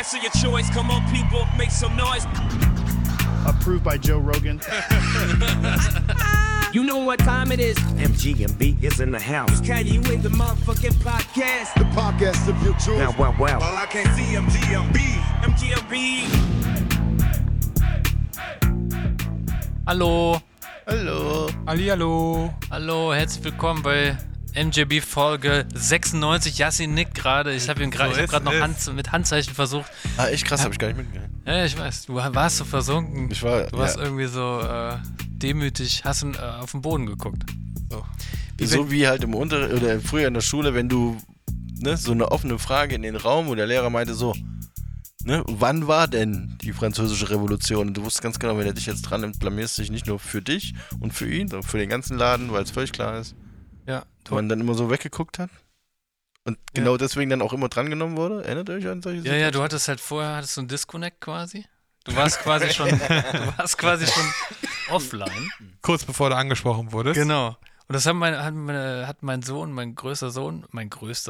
podcast of your choice. Come on, people, make some noise. Approved by Joe Rogan. You know what time it is. MGMB is in the house. Can you in the motherfucking podcast? The podcast of your choice. Now, wow. Well, I can't see MGMB. MGMB. Hallo. Hallo. Hallihallo. Hallo, herzlich willkommen bei MGB Folge 96. Yassin nickt gerade. Ich habe gerade noch mit Handzeichen versucht. Ah, echt krass, habe ich gar nicht mitgekriegt. Ja, ich weiß. Du warst so versunken. Du warst irgendwie so demütig, hast auf den Boden geguckt. So wie halt im Unterricht oder früher in der Schule, wenn du so eine offene Frage in den Raum und der Lehrer meinte so, wann war denn die französische Revolution? Und du wusstest ganz genau, wenn er dich jetzt dran nimmt, blamierst du dich nicht nur für dich und für ihn, sondern für den ganzen Laden, weil es völlig klar ist. Ja. Man dann immer so weggeguckt hat. Und genau deswegen dann auch immer drangenommen wurde. Erinnert ihr euch an solche Situationen? Ja, du hattest halt vorher so einen Disconnect quasi. Du warst quasi schon offline. Kurz bevor du angesprochen wurdest. Genau. Und das hat mein Sohn, mein großer Sohn. Der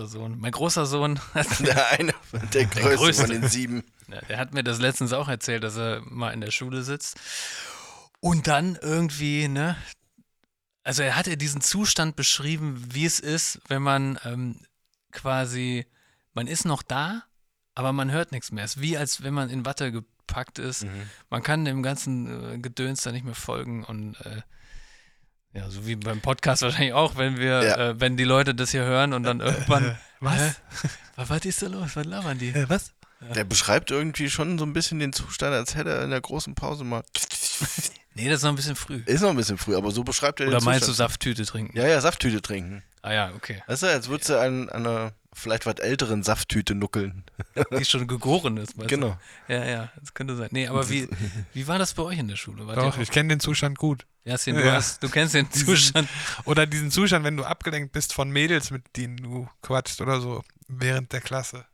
größte von den 7. Ja, der hat mir das letztens auch erzählt, dass er mal in der Schule sitzt. Und dann irgendwie, also er hat ja diesen Zustand beschrieben, wie es ist, wenn man quasi, man ist noch da, aber man hört nichts mehr. Es ist wie, als wenn man in Watte gepackt ist. Man kann dem ganzen Gedöns da nicht mehr folgen und ja, so wie beim Podcast wahrscheinlich auch, wenn die Leute das hier hören und dann irgendwann was? Was ist da los? Was labern die? Was? Der beschreibt irgendwie schon so ein bisschen den Zustand, als hätte er in der großen Pause mal... Nee, das ist noch ein bisschen früh. Ist noch ein bisschen früh, aber so beschreibt er den Oder Zustand. meinst du Safttüte trinken? Ja, Safttüte trinken. Ah ja, okay. Weißt du, als würdest du an einer vielleicht was älteren Safttüte nuckeln. Die schon gegoren ist, weißt Genau. du? Ja, das könnte sein. Nee, aber wie war das bei euch in der Schule? Doch, ich kenne den Zustand gut. Jasmin, du kennst den Zustand. Oder diesen Zustand, wenn du abgelenkt bist von Mädels, mit denen du quatschst oder so, während der Klasse.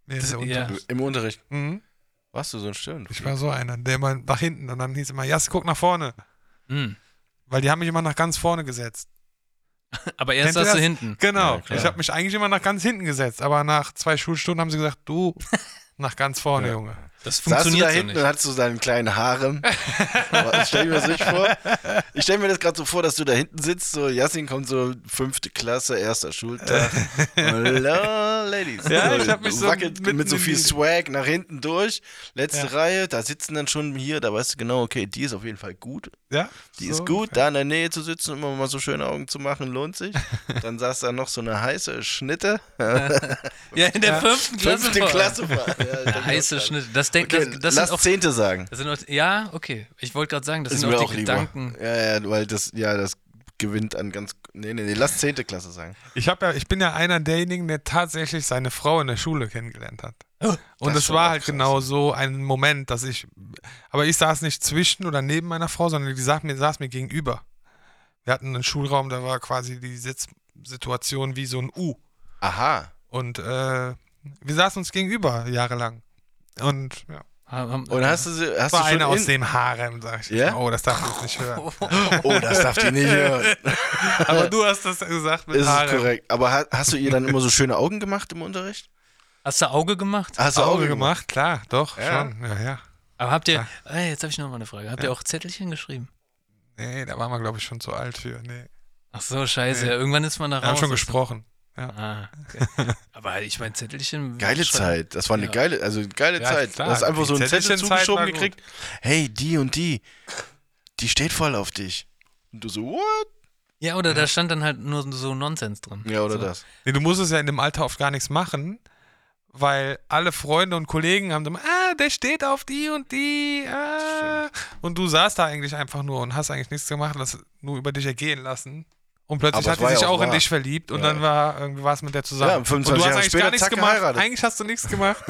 Im Unterricht. Mhm. Warst du so ein Stören? Ich war so einer, der immer nach hinten und dann hieß immer, Jas, guck nach vorne. Mhm. Weil die haben mich immer nach ganz vorne gesetzt. Aber erst saß du hinten. Genau. Ja, ich habe mich eigentlich immer nach ganz hinten gesetzt, aber nach 2 Schulstunden haben sie gesagt, du nach ganz vorne, Junge. Das Saßt du funktioniert da so hinten nicht. und hattest du deinen kleinen Harem? Ich stelle mir das nicht vor. Ich stelle mir das gerade so vor, dass du da hinten sitzt, so Yassin kommt so 5. Klasse, 1. Schultag. Hello, Ladies. Ja, so, ich hab mich so wackelt mit so viel Swag nach hinten durch. Letzte Reihe, da sitzen dann schon hier, da weißt du genau, okay, die ist auf jeden Fall gut. Ja. Die ist gut, da in der Nähe zu sitzen und immer mal so schöne Augen zu machen, lohnt sich. Dann saß da noch so eine heiße Schnitte. Ja, in der 5. Klasse. 5. Klasse war. Eine heiße Schnitte. Das Lass sind auch 10. sagen. Das sind auch, ja, okay. Ich wollte gerade sagen, das Ist sind mir auch auch die lieber. Gedanken. Ja, weil das gewinnt an ganz. Nee, lass 10. Klasse sagen. Ich bin ja einer derjenigen, der tatsächlich seine Frau in der Schule kennengelernt hat. Und das es schon war auch halt krass. genau so ein Moment, aber ich saß nicht zwischen oder neben meiner Frau, sondern die saß mir gegenüber. Wir hatten einen Schulraum, da war quasi die Sitzsituation wie so ein U. Aha. Und wir saßen uns gegenüber jahrelang. Und ja. Und hast du Das war einer aus dem Harem, sag ich. Ja? Oh, das darf ich nicht hören. Oh, das darf die nicht hören. Aber du hast das gesagt mit Ist Harem. korrekt. Aber hast du ihr dann immer so schöne Augen gemacht im Unterricht? Hast du Auge gemacht? Hast du Auge gemacht? Klar, doch, Ja. schon. Ja. Aber habt ihr, jetzt habe ich noch mal eine Frage. Habt ihr auch Zettelchen geschrieben? Nee, da waren wir, glaube ich, schon zu alt für. Nee. Ach so, scheiße. Nee. Ja, irgendwann ist man da raus. Wir haben schon gesprochen. Ja. Ah, okay. Aber ich meine, Zettelchen. Geile Zeit. Das war eine geile Ja, Zeit. klar. Du hast einfach Die so einen Zettel Zettelchenzeit zugeschoben war gekriegt. Hey, die und die steht voll auf dich. Und du so, what? Ja, oder da stand dann halt nur so Nonsens drin. Ja, oder so. das. Nee, du musstest ja in dem Alter oft gar nichts machen, weil alle Freunde und Kollegen haben immer, der steht auf die und die. Und du saßt da eigentlich einfach nur und hast eigentlich nichts gemacht, hast nur über dich ergehen lassen. Und plötzlich Aber hat es war die sich ja auch auch in wahr. dich verliebt und Ja. dann war irgendwie was mit der zusammen. Ja, und 25 du hast Jahre eigentlich später, gar nichts zack, gemacht. geheiratet. Eigentlich hast du nichts gemacht.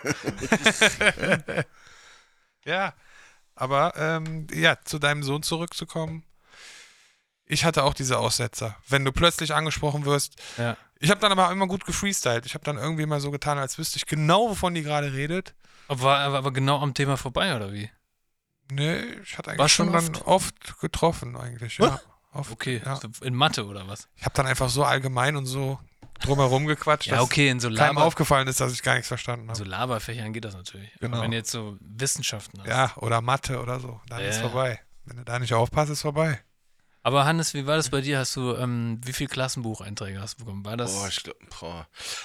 Ja, aber zu deinem Sohn zurückzukommen. Ich hatte auch diese Aussetzer. Wenn du plötzlich angesprochen wirst. Ja. Ich habe dann aber immer gut gefreestylt. Ich habe dann irgendwie mal so getan, als wüsste ich genau, wovon die gerade redet. War aber genau am Thema vorbei, oder wie? Nee, ich hatte War eigentlich schon schon dann oft getroffen eigentlich, ja. Okay, Ja. so in Mathe oder was? Ich habe dann einfach so allgemein und so drumherum gequatscht, Ja, dass okay, in so keinem aufgefallen ist, dass ich gar nichts verstanden habe. so Laberfächern geht das natürlich. Genau. Aber wenn du jetzt so Wissenschaften hast. Ja, oder Mathe oder so, dann ist vorbei. Wenn du da nicht aufpasst, ist vorbei. Aber Hannes, wie war das bei dir? Hast du, wie viel Klassenbucheinträge hast du bekommen? War das? Ich glaube,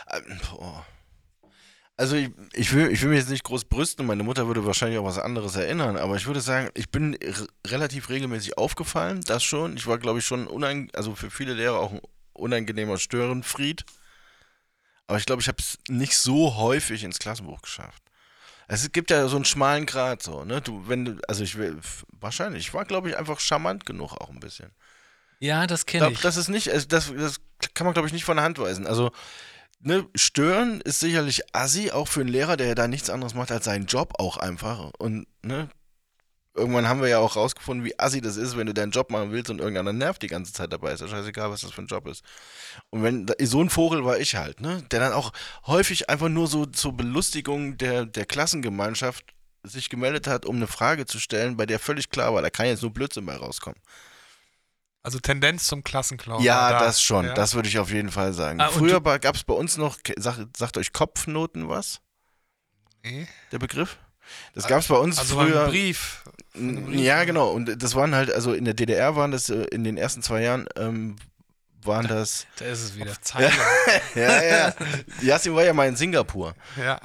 Also ich will mich jetzt nicht groß brüsten, meine Mutter würde wahrscheinlich auch was anderes erinnern, aber ich würde sagen, ich bin relativ regelmäßig aufgefallen, das schon. Ich war, glaube ich, schon also für viele Lehrer auch ein unangenehmer Störenfried. Aber ich glaube, ich habe es nicht so häufig ins Klassenbuch geschafft. Es gibt ja so einen schmalen Grat so, ne? Ich war, glaube ich, einfach charmant genug auch ein bisschen. Ja, das kenne ich. Das ist nicht, das kann man, glaube ich, nicht von der Hand weisen. Also, ne, stören ist sicherlich assi, auch für einen Lehrer, der ja da nichts anderes macht als seinen Job auch einfach. Und, ne, irgendwann haben wir ja auch rausgefunden, wie assi das ist, wenn du deinen Job machen willst und irgendeiner nervt die ganze Zeit dabei. Ist ja scheißegal, was das für ein Job ist. Und so ein Vogel war ich halt, ne, der dann auch häufig einfach nur so zur Belustigung der Klassengemeinschaft sich gemeldet hat, um eine Frage zu stellen, bei der völlig klar war, da kann jetzt nur Blödsinn bei rauskommen. Also Tendenz zum Klassenclown. Ja, war da. das schon. Ja. Das würde ich auf jeden Fall sagen. Ah, und Früher gab es bei uns noch, sagt euch Kopfnoten was? Nee. Der Begriff? Das gab es bei uns Also früher. ein Brief. Ja, genau. Und das waren halt, also in der DDR waren das in den ersten 2 Jahren, waren das. Da ist es wieder. Zeile. Ja. Yassin war ja mal in Singapur. Ja.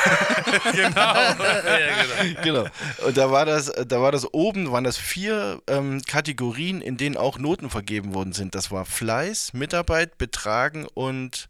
Genau. Und da war das oben, waren das 4 Kategorien, in denen auch Noten vergeben worden sind. Das war Fleiß, Mitarbeit, Betragen und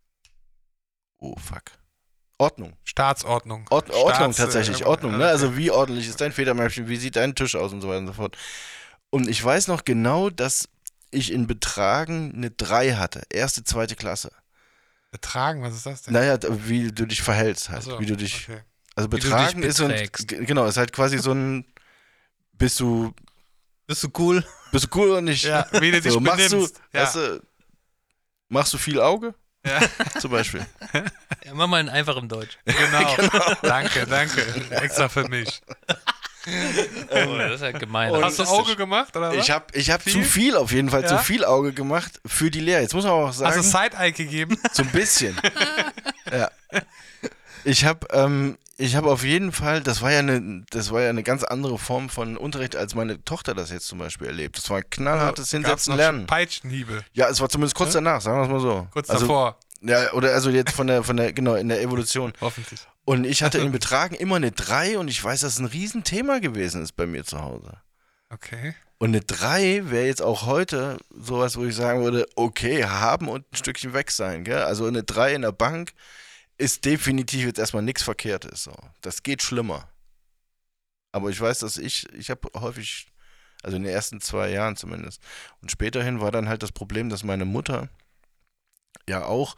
Ordnung. Staatsordnung. Ordnung tatsächlich, Ordnung, ne? okay. Also wie ordentlich ist dein Federmäppchen, wie sieht dein Tisch aus und so weiter und so fort. Und ich weiß noch genau, dass ich in Betragen eine 3 hatte, 1., 2. Klasse. Betragen, was ist das denn? Naja, wie du dich verhältst halt, Ach so, wie du dich, okay. also Wie du dich Betragen ist beträgst. genau, ist halt quasi so ein, bist du Bist du cool? cool oder nicht? Ja, wie du dich So, benimmst. Ja. Machst du viel Auge? Ja. Zum Beispiel. Ja, mach mal in einfachem Deutsch. Genau. Danke. Extra für mich. Oh, das ist ja gemein. Hast du Auge gemacht, oder was? Ich hab zu viel auf jeden Fall, Ja? zu viel Auge gemacht für die Lehrer. Jetzt muss man auch sagen, Hast du Side-Eye gegeben? so ein bisschen. Ja. Ich hab auf jeden Fall, das war ja eine ganz andere Form von Unterricht, als meine Tochter das jetzt zum Beispiel erlebt. Das war ein knallhartes Gab's Hinsetzen, noch Lernen. Peitschenhiebe. Ja, es war zumindest kurz danach, sagen wir es mal so. Kurz davor. Ja, oder also jetzt von der, genau, in der Evolution. Hoffentlich. Und ich hatte in Betragen immer eine 3 und ich weiß, dass es ein Riesenthema gewesen ist bei mir zu Hause. Okay. Und eine 3 wäre jetzt auch heute sowas, wo ich sagen würde, okay, haben und ein Stückchen weg sein, gell? Also eine 3 in der Bank ist definitiv jetzt erstmal nichts Verkehrtes. So. Das geht schlimmer. Aber ich weiß, dass ich habe häufig, also in den ersten 2 Jahren zumindest, und späterhin war dann halt das Problem, dass meine Mutter ja auch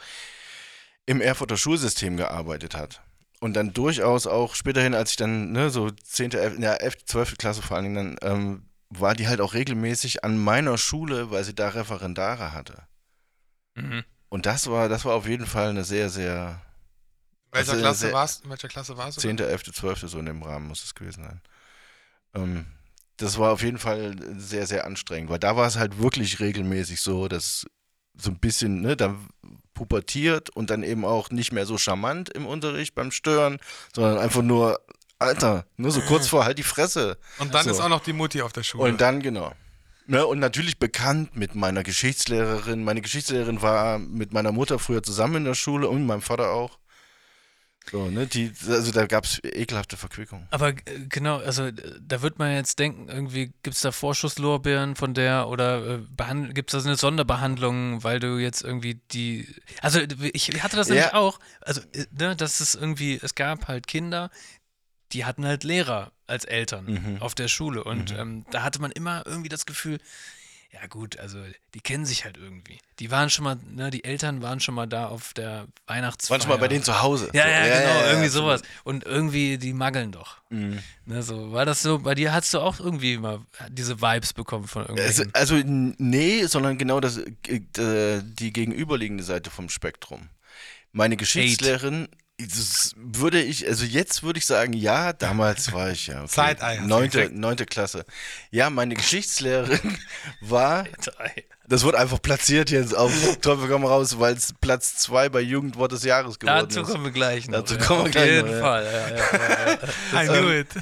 im Erfurter Schulsystem gearbeitet hat. Und dann durchaus auch späterhin, als ich dann, ne, so 10., 11., 12. Klasse vor allen Dingen, dann war die halt auch regelmäßig an meiner Schule, weil sie da Referendare hatte. Mhm. Und das war auf jeden Fall eine sehr, sehr. In welcher Klasse warst du? 10., 11., 12. so in dem Rahmen muss es gewesen sein. Das war auf jeden Fall sehr, sehr anstrengend, weil da war es halt wirklich regelmäßig so, dass so ein bisschen, ne, da pubertiert und dann eben auch nicht mehr so charmant im Unterricht beim Stören, sondern einfach nur, Alter, nur so kurz vor, halt die Fresse. Und dann so. ist auch noch die Mutti auf der Schule. Und dann, genau. Ne, und natürlich bekannt mit meiner Geschichtslehrerin. Meine Geschichtslehrerin war mit meiner Mutter früher zusammen in der Schule und meinem Vater auch. So, ne, also da gab es ekelhafte Verquickungen. Aber genau, also da wird man jetzt denken, irgendwie gibt es da Vorschusslorbeeren von der oder gibt es da eine Sonderbehandlung, weil du jetzt irgendwie also ich hatte das nämlich auch, also ne, dass es irgendwie, es gab halt Kinder, die hatten halt Lehrer als Eltern auf der Schule und da hatte man immer irgendwie das Gefühl, ja gut, also die kennen sich halt irgendwie. Die waren schon mal, ne, die Eltern waren schon mal da auf der Weihnachtsfeier. Waren schon mal bei denen zu Hause. Ja, so. Genau, irgendwie so. sowas. Und irgendwie, die mageln doch. Ne, so, war das so, bei dir hast du auch irgendwie mal diese Vibes bekommen von irgendwelchen? Also nee, sondern genau die gegenüberliegende Seite vom Spektrum. Meine Geschichtslehrerin, Jetzt würde ich sagen, ja, damals war ich ja. Okay, Zeiteier. 9. Klasse. Ja, meine Geschichtslehrerin war, das wird einfach platziert jetzt auf Teufel komm raus, weil es Platz 2 bei Jugendwort des Jahres geworden ist. Dazu kommen wir gleich noch. Dazu kommen wir gleich noch. Auf jeden Fall. Ja. I knew it.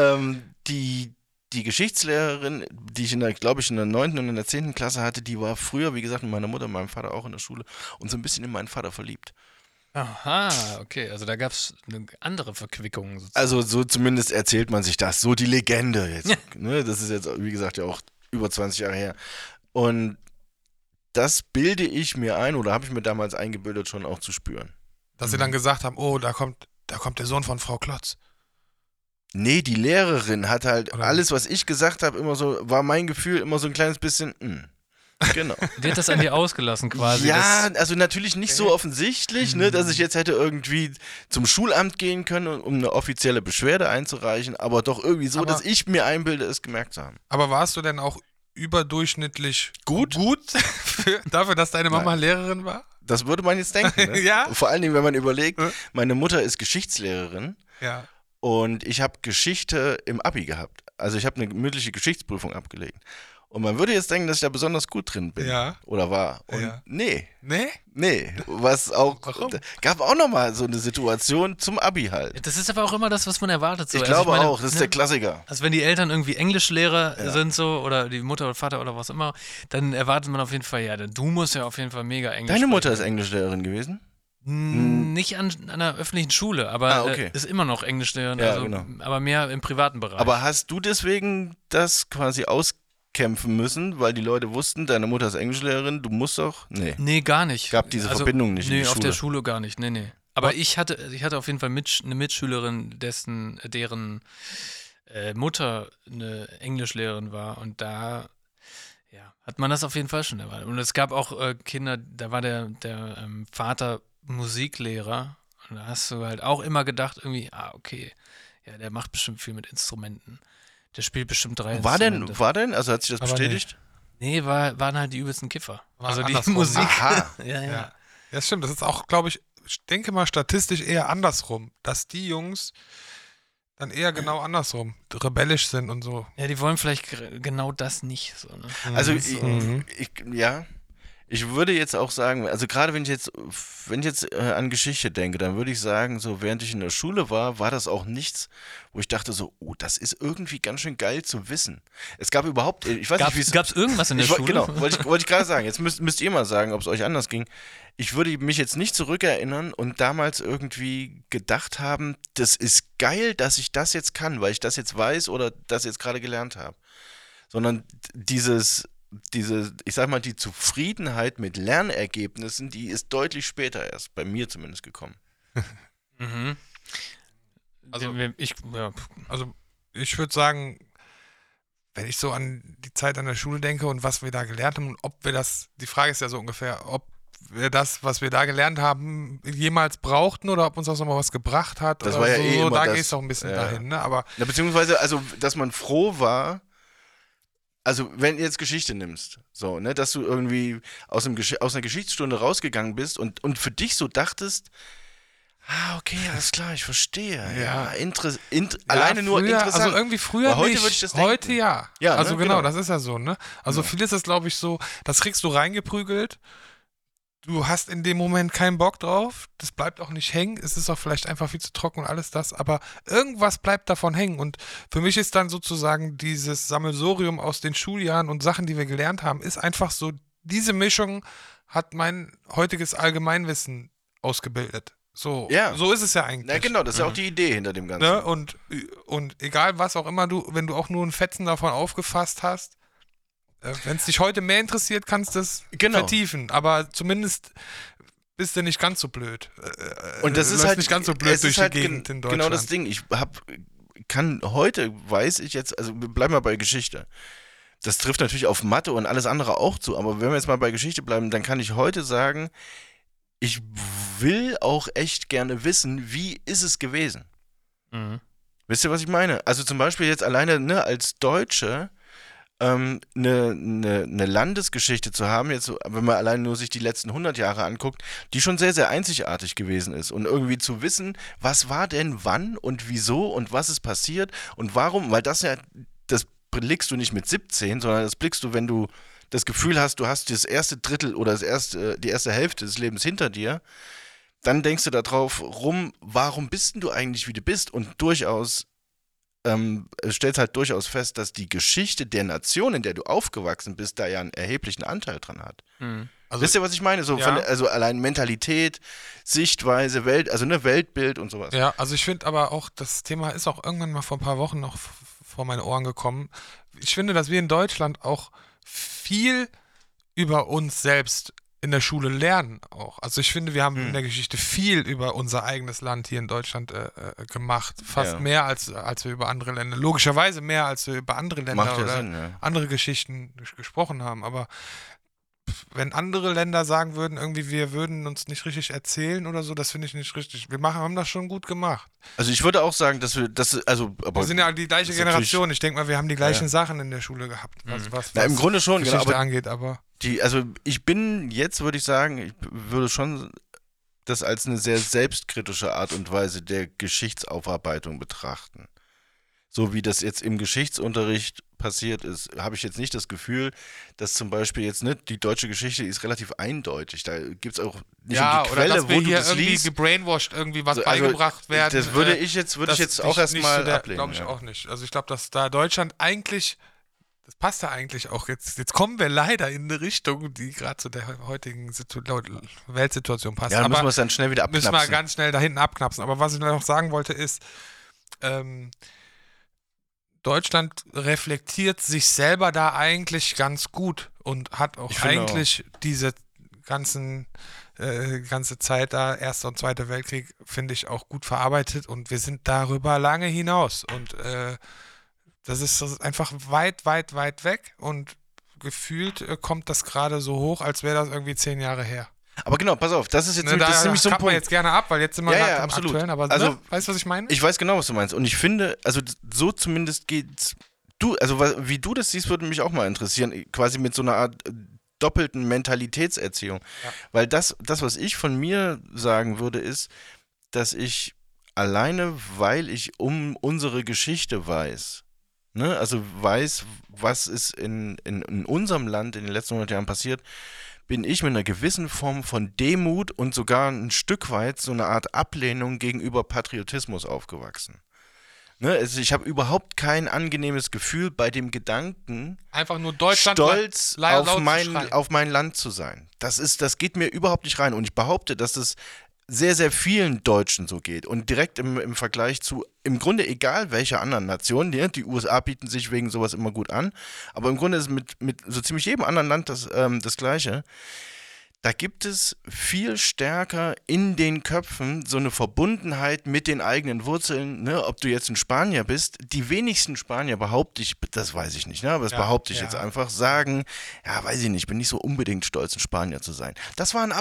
Die Geschichtslehrerin, die ich in der 9. und in der 10. Klasse hatte, die war früher, wie gesagt, mit meiner Mutter und meinem Vater auch in der Schule und so ein bisschen in meinen Vater verliebt. Aha, okay. Also da gab es eine andere Verquickung sozusagen. Also so zumindest erzählt man sich das, so die Legende jetzt. Ne, das ist jetzt, wie gesagt, ja auch über 20 Jahre her. Und das bilde ich mir ein oder habe ich mir damals eingebildet, schon auch zu spüren. Dass sie dann gesagt haben, oh, da kommt der Sohn von Frau Klotz. Nee, die Lehrerin hat halt Oder alles, was ich gesagt habe, immer so, war mein Gefühl immer so ein kleines bisschen, genau. Die hat das an dir ausgelassen quasi. Ja, also natürlich nicht so offensichtlich, ne, dass ich jetzt hätte irgendwie zum Schulamt gehen können, um eine offizielle Beschwerde einzureichen, aber doch irgendwie so, dass ich mir einbilde, es gemerkt zu haben. Aber warst du denn auch überdurchschnittlich Gut? dafür, dass deine Mama Lehrerin war? Das würde man jetzt denken. Ne? Ja. Vor allen Dingen, wenn man überlegt, meine Mutter ist Geschichtslehrerin Ja. und ich habe Geschichte im Abi gehabt. Also ich habe eine mündliche Geschichtsprüfung abgelegt. Und man würde jetzt denken, dass ich da besonders gut drin bin. Ja. Oder war. Und Ja. nee. Nee? Was auch. Warum? Gab auch nochmal so eine Situation zum Abi halt. Das ist aber auch immer das, was man erwartet. So. Ich Also glaube meine, auch, das ist der Klassiker. Also wenn die Eltern irgendwie Englischlehrer sind so oder die Mutter oder Vater oder was immer, dann erwartet man auf jeden Fall, ja, du musst ja auf jeden Fall mega Englisch Deine Mutter ist sprechen. Englischlehrerin gewesen? Nicht an einer öffentlichen Schule, aber okay. ist immer noch Englischlehrerin, Ja, also, genau. aber mehr im privaten Bereich. Aber hast du deswegen das quasi auskämpfen müssen, weil die Leute wussten, deine Mutter ist Englischlehrerin, du musst doch? Nee. Nee, gar nicht. Gab diese Verbindung nicht in Nee, die auf der Schule? Schule gar nicht. Nee. Aber ich hatte auf jeden Fall eine Mitschülerin, deren Mutter eine Englischlehrerin war und da hat man das auf jeden Fall schon erwartet. Und es gab auch Kinder, da war der Vater Musiklehrer und da hast du halt auch immer gedacht irgendwie, okay, ja, der macht bestimmt viel mit Instrumenten. Der spielt bestimmt 3 War Instrumente. denn? Also hat sich das Aber bestätigt? Nee, waren halt die übelsten Kiffer. War Also die andersrum. Musik. Aha. Ja. Ja, stimmt. Das ist auch, glaube ich denke mal statistisch eher andersrum, dass die Jungs dann eher genau andersrum rebellisch sind und so. Ja, die wollen vielleicht genau das nicht. So, ne? Also ich würde jetzt auch sagen, also gerade wenn ich jetzt an Geschichte denke, dann würde ich sagen, so während ich in der Schule war das auch nichts, wo ich dachte so, oh, das ist irgendwie ganz schön geil zu wissen. Es gab überhaupt, ich weiß nicht, wie es... Gab es irgendwas in der Schule? Genau, wollte ich gerade sagen. Jetzt müsst ihr mal sagen, ob es euch anders ging. Ich würde mich jetzt nicht zurückerinnern und damals irgendwie gedacht haben, das ist geil, dass ich das jetzt kann, weil ich das jetzt weiß oder das jetzt gerade gelernt habe. Sondern ich sag mal, die Zufriedenheit mit Lernergebnissen, die ist deutlich später erst, bei mir zumindest gekommen. Mhm. Also- Also ich würde sagen, wenn ich so an die Zeit an der Schule denke und was wir da gelernt haben und ob wir das, die Frage ist ja so ungefähr, ob wir das, was wir da gelernt haben, jemals brauchten oder ob uns das nochmal was gebracht hat. Das oder war ja so, immer da das- gehst du auch ein bisschen ja. dahin, ne? Aber Ja, beziehungsweise, also, dass man froh war, also, wenn du jetzt Geschichte nimmst, so, ne, dass du irgendwie aus einer Geschichtsstunde rausgegangen bist und für dich so dachtest, okay, alles klar, ich verstehe. Alleine nur früher, interessant. Also irgendwie früher Weil heute nicht, würde ich das denken. heute ja. Ja, Also ne, genau, genau. das ist ja so, ne? Also viel ist das, glaube ich, so, das kriegst du reingeprügelt, du hast in dem Moment keinen Bock drauf, das bleibt auch nicht hängen, es ist auch vielleicht einfach viel zu trocken und alles das, aber irgendwas bleibt davon hängen und für mich ist dann sozusagen dieses Sammelsurium aus den Schuljahren und Sachen, die wir gelernt haben, ist einfach so, diese Mischung hat mein heutiges Allgemeinwissen ausgebildet. So, Ja. so ist es ja eigentlich. Na genau, das ist ja auch die Idee hinter dem Ganzen. Ne? Und egal was auch immer wenn du auch nur einen Fetzen davon aufgefasst hast, wenn es dich heute mehr interessiert, kannst du es Genau. vertiefen. Aber zumindest bist du nicht ganz so blöd. Und das ist läufst halt nicht ganz so blöd es durch ist die halt Gegend in Deutschland. Genau das Ding. Weiß ich jetzt, also wir bleiben mal bei Geschichte. Das trifft natürlich auf Mathe und alles andere auch zu, aber wenn wir jetzt mal bei Geschichte bleiben, dann kann ich heute sagen, ich will auch echt gerne wissen, wie ist es gewesen? Mhm. Wisst ihr, was ich meine? Also zum Beispiel jetzt alleine, ne, als Deutsche, eine Landesgeschichte zu haben, jetzt, wenn man allein nur sich die letzten 100 Jahre anguckt, die schon sehr, sehr einzigartig gewesen ist. Und irgendwie zu wissen, was war denn wann und wieso und was ist passiert und warum, weil das blickst du nicht mit 17, sondern das blickst du, wenn du das Gefühl hast, du hast das erste Drittel oder die erste Hälfte des Lebens hinter dir, dann denkst du da drauf rum, warum bist denn du eigentlich, wie du bist? Und durchaus stellst halt durchaus fest, dass die Geschichte der Nation, in der du aufgewachsen bist, da ja einen erheblichen Anteil dran hat. Also, Wisst ihr, was ich meine? So ja. also allein Mentalität, Sichtweise, Weltbild und sowas. Ja, also ich finde aber auch, das Thema ist auch irgendwann mal vor ein paar Wochen noch vor meine Ohren gekommen. Ich finde, dass wir in Deutschland auch viel über uns selbst in der Schule lernen auch. Also ich finde, wir haben in der Geschichte viel über unser eigenes Land hier in Deutschland gemacht. Fast mehr als wir über andere Länder. Logischerweise mehr als wir über andere Länder oder Sinn, andere Geschichten gesprochen haben. Aber wenn andere Länder sagen würden, irgendwie wir würden uns nicht richtig erzählen oder so, das finde ich nicht richtig. Haben das schon gut gemacht. Also ich würde auch sagen, aber Wir sind ja die gleiche Generation. Ich denke mal, wir haben die gleichen Sachen in der Schule gehabt, was im Grunde schon, Geschichte genau, aber angeht, aber ich bin jetzt, würde ich sagen, ich würde schon das als eine sehr selbstkritische Art und Weise der Geschichtsaufarbeitung betrachten. So wie das jetzt im Geschichtsunterricht passiert ist, habe ich jetzt nicht das Gefühl, dass zum Beispiel jetzt die deutsche Geschichte ist relativ eindeutig. Da gibt es auch nicht die Quelle, oder dass wir wo du hier das irgendwie liest. gebrainwashed irgendwie was Also, beigebracht werden. Das würde ich jetzt auch erstmal ablehnen. Glaube ich auch nicht. Also ich glaube, dass da Deutschland eigentlich, das passt ja eigentlich auch jetzt kommen wir leider in eine Richtung, die gerade zu der heutigen Weltsituation passt. Ja, dann aber müssen wir es dann schnell wieder abknapsen. müssen wir ganz schnell da hinten abknapsen. Aber was ich noch sagen wollte ist, Deutschland reflektiert sich selber da eigentlich ganz gut und hat auch eigentlich diese ganze Zeit da, Erster und Zweiter Weltkrieg, finde ich auch gut verarbeitet und wir sind darüber lange hinaus und das ist einfach weit, weit, weit weg und gefühlt kommt das gerade so hoch, als wäre das irgendwie 10 Jahre her. Aber genau, pass auf, das ist jetzt das ist nämlich so ein Punkt. Wir jetzt gerne ab, weil jetzt sind wir gerade im absolut. Aktuellen, aber also, weißt du, was ich meine? Ich weiß genau, was du meinst und ich finde, also so zumindest geht's wie du das siehst, würde mich auch mal interessieren, quasi mit so einer Art doppelten Mentalitätserziehung. Ja. Weil das, was ich von mir sagen würde, ist, dass ich alleine, weil ich um unsere Geschichte weiß, also weiß, was ist in unserem Land in den letzten 100 Jahren passiert, bin ich mit einer gewissen Form von Demut und sogar ein Stück weit so eine Art Ablehnung gegenüber Patriotismus aufgewachsen. Also ich habe überhaupt kein angenehmes Gefühl bei dem Gedanken, einfach nur Deutschland stolz auf mein Land zu sein. Das geht mir überhaupt nicht rein. Und ich behaupte, dass es sehr, sehr vielen Deutschen so geht. Und direkt im Vergleich zu, im Grunde egal welcher anderen Nation, die USA bieten sich wegen sowas immer gut an, aber im Grunde ist mit so ziemlich jedem anderen Land das Gleiche. Da gibt es viel stärker in den Köpfen so eine Verbundenheit mit den eigenen Wurzeln, ob du jetzt ein Spanier bist. Die wenigsten Spanier, behaupte ich, das weiß ich nicht, aber das behaupte ich jetzt einfach, sagen, weiß ich nicht, bin nicht so unbedingt stolz, ein Spanier zu sein. Das war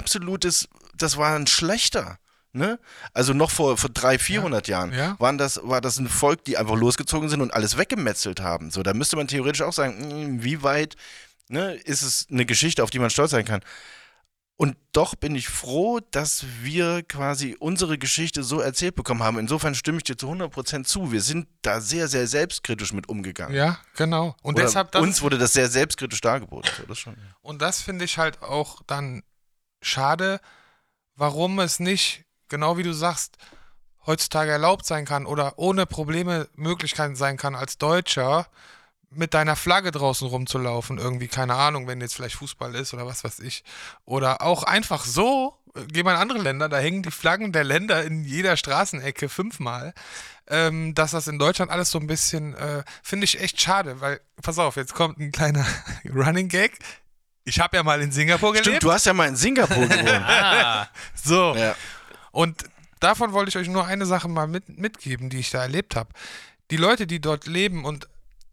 ein schlechter. Also noch vor 300-400 Jahren war das ein Volk, die einfach losgezogen sind und alles weggemetzelt haben. So, da müsste man theoretisch auch sagen, wie weit ist es eine Geschichte, auf die man stolz sein kann. Und doch bin ich froh, dass wir quasi unsere Geschichte so erzählt bekommen haben. Insofern stimme ich dir zu 100% zu. Wir sind da sehr, sehr selbstkritisch mit umgegangen. Ja, genau. Und oder deshalb uns wurde das sehr selbstkritisch dargeboten. So, das schon, ja. Und das finde ich halt auch dann schade, warum es nicht, genau wie du sagst, heutzutage erlaubt sein kann oder ohne Probleme Möglichkeiten sein kann, als Deutscher mit deiner Flagge draußen rumzulaufen, irgendwie, keine Ahnung, wenn jetzt vielleicht Fußball ist oder was weiß ich. Oder auch einfach so, geh mal in andere Länder, da hängen die Flaggen der Länder in jeder Straßenecke 5-mal. Dass das in Deutschland alles so ein bisschen, finde ich echt schade, weil, pass auf, jetzt kommt ein kleiner Running Gag. Ich habe ja mal in Singapur gelebt. Stimmt, du hast ja mal in Singapur gewohnt. So. Ja. Und davon wollte ich euch nur eine Sache mal mitgeben, die ich da erlebt habe. Die Leute, die dort leben und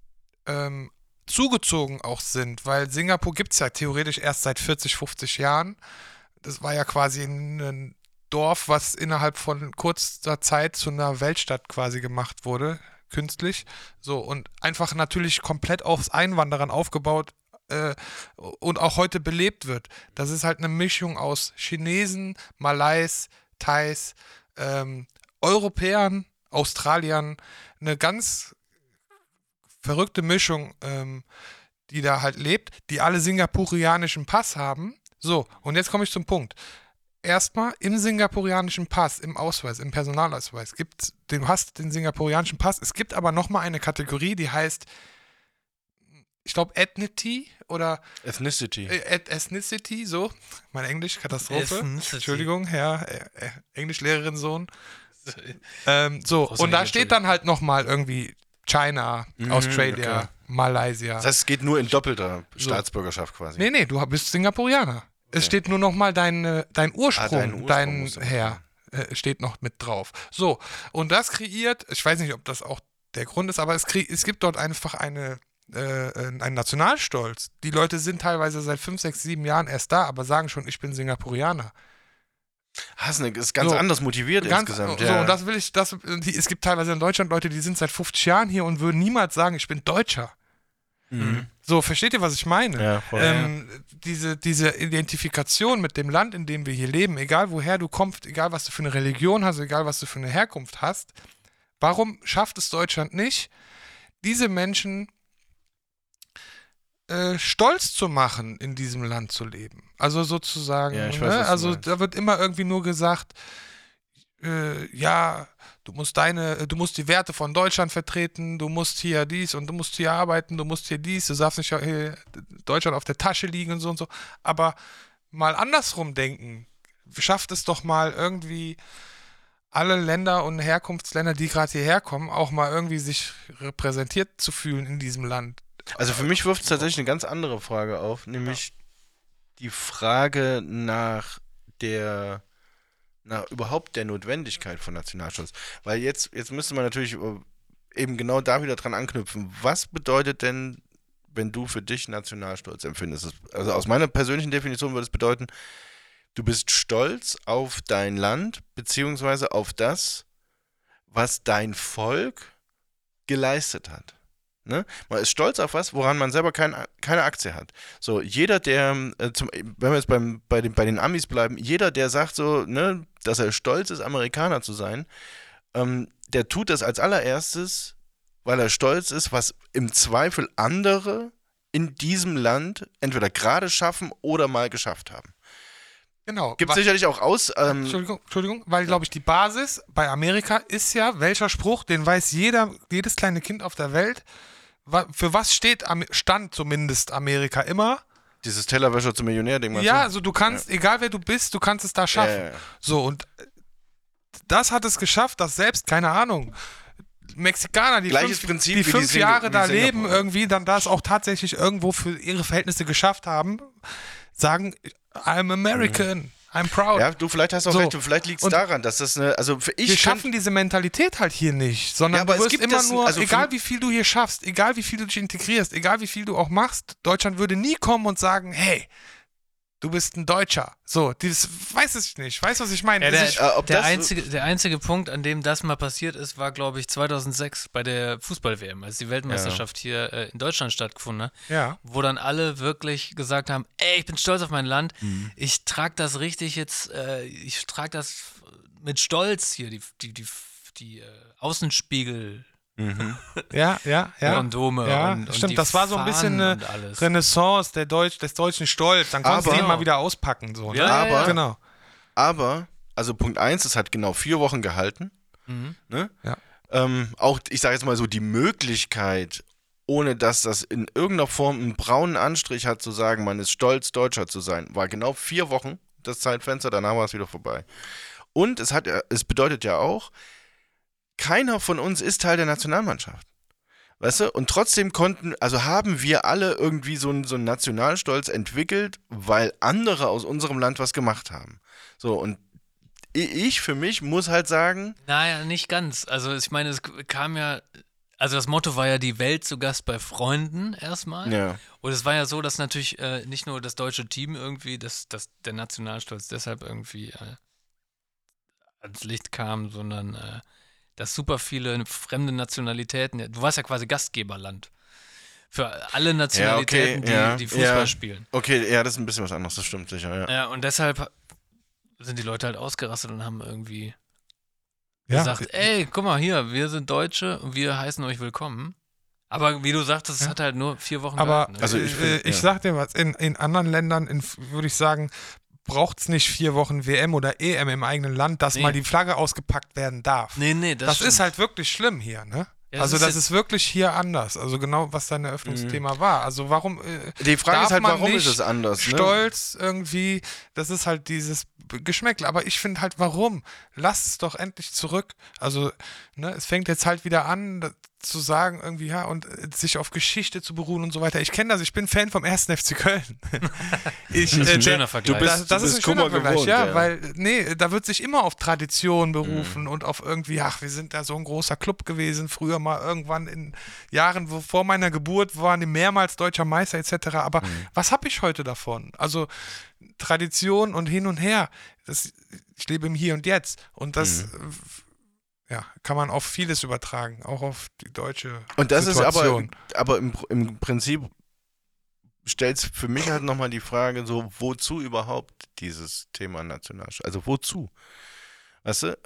zugezogen auch sind, weil Singapur gibt es ja theoretisch erst seit 40, 50 Jahren. Das war ja quasi ein Dorf, was innerhalb von kurzer Zeit zu einer Weltstadt quasi gemacht wurde. künstlich. So, und einfach natürlich komplett aufs Einwandern aufgebaut und auch heute belebt wird. Das ist halt eine Mischung aus Chinesen, Malais, Thais, Europäern, Australiern, eine ganz verrückte Mischung, die da halt lebt, die alle singapurianischen Pass haben. So, und jetzt komme ich zum Punkt. Erstmal im singapurianischen Pass, im Ausweis, im Personalausweis, du hast den singapurianischen Pass. Es gibt aber nochmal eine Kategorie, die heißt, ich glaube, Ethnicity oder Ethnicity, so. Mein Englisch, Katastrophe. Entschuldigung, Herr Englischlehrerin Sohn. So, und da steht dann halt nochmal irgendwie China, Australia, okay. Malaysia. Das heißt, es geht nur in doppelter Staatsbürgerschaft quasi. Nee, du bist Singapurianer. Es steht nur nochmal dein Ursprung, dein Herr, steht noch mit drauf. So, und das kreiert, ich weiß nicht, ob das auch der Grund ist, aber es gibt dort einfach einen Nationalstolz. Die Leute sind teilweise seit 5, 6, 7 Jahren erst da, aber sagen schon, ich bin Singapurianer. Hasne ist ganz anders motiviert insgesamt. So, ja. und es gibt teilweise in Deutschland Leute, die sind seit 50 Jahren hier und würden niemals sagen, ich bin Deutscher. So, versteht ihr, was ich meine? Ja, voll. Diese Identifikation mit dem Land, in dem wir hier leben, egal woher du kommst, egal was du für eine Religion hast, egal was du für eine Herkunft hast, warum schafft es Deutschland nicht, diese Menschen stolz zu machen, in diesem Land zu leben? Also sozusagen, ja, ich weiß, was du also meinst. da wird immer irgendwie nur gesagt, ja, du musst die Werte von Deutschland vertreten, du musst hier dies und du musst hier arbeiten, du musst hier dies, du darfst nicht Deutschland auf der Tasche liegen und so und so. Aber mal andersrum denken, schafft es doch mal irgendwie alle Länder und Herkunftsländer, die gerade hierher kommen, auch mal irgendwie sich repräsentiert zu fühlen in diesem Land. Also für mich wirft es tatsächlich eine ganz andere Frage auf, nämlich die Frage nach überhaupt der Notwendigkeit von Nationalstolz. Weil jetzt müsste man natürlich eben genau da wieder dran anknüpfen. Was bedeutet denn, wenn du für dich Nationalstolz empfindest? Also aus meiner persönlichen Definition würde es bedeuten, du bist stolz auf dein Land, beziehungsweise auf das, was dein Volk geleistet hat. Ne? Man ist stolz auf was, woran man selber keine Aktie hat. So, jeder, der, wenn wir jetzt bei den Amis bleiben, jeder, der sagt so, ne, dass er stolz ist, Amerikaner zu sein, der tut das als allererstes, weil er stolz ist, was im Zweifel andere in diesem Land entweder gerade schaffen oder mal geschafft haben. Genau. Gibt sicherlich auch Entschuldigung, weil, glaube ich, die Basis bei Amerika ist ja, welcher Spruch, den weiß jedes kleine Kind auf der Welt, für was stand zumindest Amerika immer. Dieses Tellerwäscher zum Millionär-Ding. Ja, also du kannst, egal wer du bist, du kannst es da schaffen. Ja. So, und das hat es geschafft, dass selbst, keine Ahnung, Mexikaner, die Gleiches 5 Prinzip wie fünf die Jahre wie da Singapur. leben, irgendwie dann das auch tatsächlich irgendwo für ihre Verhältnisse geschafft haben, sagen, I'm American, I'm proud. Ja, du, vielleicht hast du auch So. recht, und vielleicht liegt es Und daran, dass das wir schaffen diese Mentalität halt hier nicht, sondern Ja, aber du es wirst gibt immer das- nur, also für- egal wie viel du hier schaffst, egal wie viel du dich integrierst, egal wie viel du auch machst, Deutschland würde nie kommen und sagen, hey, du bist ein Deutscher. So, weiß ich nicht. Weißt du, was ich meine? Ja, Es ist- der einzige Punkt, an dem das mal passiert ist, war, glaube ich, 2006 bei der Fußball-WM, als die Weltmeisterschaft hier in Deutschland stattgefunden hat, ja. wo dann alle wirklich gesagt haben, ey, ich bin stolz auf mein Land, ich trage das richtig jetzt, ich trage das mit Stolz hier, die Außenspiegel, Ja. Kondome Ja, und stimmt, die das war so ein bisschen Fahnen eine und alles. Renaissance des deutschen Stolz. Dann konntest du Aber- den mal wieder auspacken. So, ne? Ja, aber- Genau. Aber, also Punkt 1, es hat genau 4 Wochen gehalten. Ne? Ja. Auch, ich sage jetzt mal so, die Möglichkeit, ohne dass das in irgendeiner Form einen braunen Anstrich hat, zu sagen, man ist stolz, Deutscher zu sein, war genau 4 Wochen das Zeitfenster, danach war es wieder vorbei. Und es bedeutet ja auch, keiner von uns ist Teil der Nationalmannschaft. Weißt du? Und trotzdem haben wir alle irgendwie so einen Nationalstolz entwickelt, weil andere aus unserem Land was gemacht haben. So, und ich für mich muss halt sagen, Naja, nicht ganz. Also ich meine, es kam ja, also das Motto war ja die Welt zu Gast bei Freunden erstmal. ja, Und es war ja so, dass natürlich nicht nur das deutsche Team irgendwie, der Nationalstolz deshalb irgendwie ans Licht kam, sondern dass super viele fremde Nationalitäten, du warst ja quasi Gastgeberland für alle Nationalitäten, die Fußball spielen. Okay, ja, das ist ein bisschen was anderes, das stimmt sicher, ja. Ja, und deshalb sind die Leute halt ausgerastet und haben irgendwie gesagt, ey, guck mal hier, wir sind Deutsche und wir heißen euch willkommen. Aber wie du sagtest, es hat halt nur 4 Wochen Aber gehalten. Also ich sag dir was, in anderen Ländern, würde ich sagen, braucht es nicht 4 Wochen WM oder EM im eigenen Land, dass mal die Flagge ausgepackt werden darf. Nee, das ist halt wirklich schlimm hier, ne? Ja, also das ist wirklich hier anders. Also genau, was dein Eröffnungsthema war. Also warum die Frage ist halt, warum ist es anders? Ne? Stolz irgendwie, das ist halt dieses Geschmäckle. Aber ich finde halt, warum? Lass es doch endlich zurück. Also, ne, es fängt jetzt halt wieder an, zu sagen irgendwie, ja, und sich auf Geschichte zu beruhen und so weiter. Ich kenne das, ich bin Fan vom 1. FC Köln. Das ist ein schöner Vergleich. Das ist ein schöner Vergleich, gewohnt, ja, weil, da wird sich immer auf Tradition berufen und auf irgendwie, ach, wir sind da so ein großer Club gewesen, früher mal irgendwann in Jahren, wo vor meiner Geburt waren die mehrmals deutscher Meister etc., aber was habe ich heute davon? Also Tradition und hin und her, ich lebe im Hier und Jetzt und das kann man auf vieles übertragen, auch auf die deutsche und das Situation. Ist aber im Prinzip stellt es für mich halt nochmal die Frage so, wozu überhaupt dieses Thema Nationalstaat? Also wozu? Weißt du?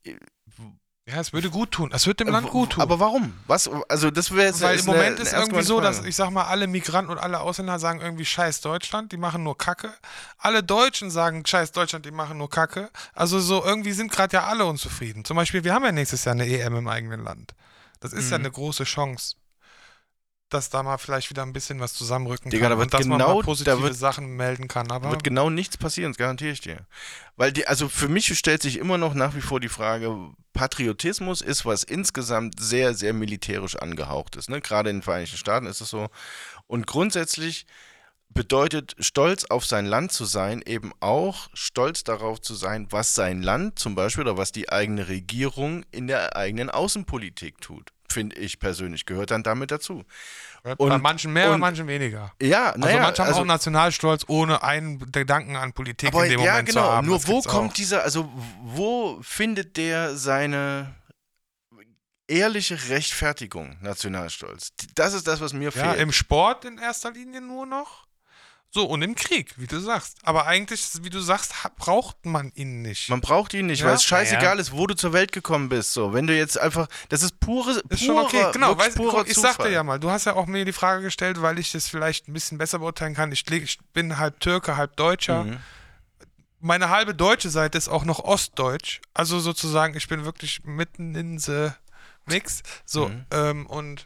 Ja, es würde gut tun. Es würde dem Land gut tun. Aber warum? Was? Also das wäre jetzt. Weil im Moment ist irgendwie so, dass ich sag mal, alle Migranten und alle Ausländer sagen irgendwie Scheiß Deutschland, die machen nur Kacke. Alle Deutschen sagen Scheiß Deutschland, die machen nur Kacke. Also so irgendwie sind gerade ja alle unzufrieden. Zum Beispiel, wir haben ja nächstes Jahr eine EM im eigenen Land. Das ist ja eine große Chance, dass da mal vielleicht wieder ein bisschen was zusammenrücken Digga, kann und dass man mal positive Sachen melden kann. Da Aber wird genau nichts passieren, das garantiere ich dir. Weil also für mich stellt sich immer noch nach wie vor die Frage, Patriotismus ist was insgesamt sehr, sehr militärisch angehaucht ist. Ne? Gerade in den Vereinigten Staaten ist es so. Und grundsätzlich bedeutet stolz auf sein Land zu sein eben auch stolz darauf zu sein, was sein Land zum Beispiel oder was die eigene Regierung in der eigenen Außenpolitik tut. Finde ich persönlich, gehört dann damit dazu. Bei manchen mehr, bei manchen weniger. Ja, also manche haben auch Nationalstolz, ohne einen Gedanken an Politik aber in dem Moment zu haben. Nur wo kommt dieser, also wo findet der seine ehrliche Rechtfertigung, Nationalstolz? Das ist das, was mir fehlt. Ja, im Sport in erster Linie nur noch. So, und im Krieg, wie du sagst. Aber eigentlich, wie du sagst, braucht man ihn nicht. Man braucht ihn nicht, weil es scheißegal ist, wo du zur Welt gekommen bist. So, wenn du jetzt einfach, das ist ist schon okay, genau. purer Ich sagte ja mal, du hast ja auch mir die Frage gestellt, weil ich das vielleicht ein bisschen besser beurteilen kann. Ich bin halb Türke, halb Deutscher. Meine halbe deutsche Seite ist auch noch Ostdeutsch. Also sozusagen, ich bin wirklich mitten in the Mix. So, und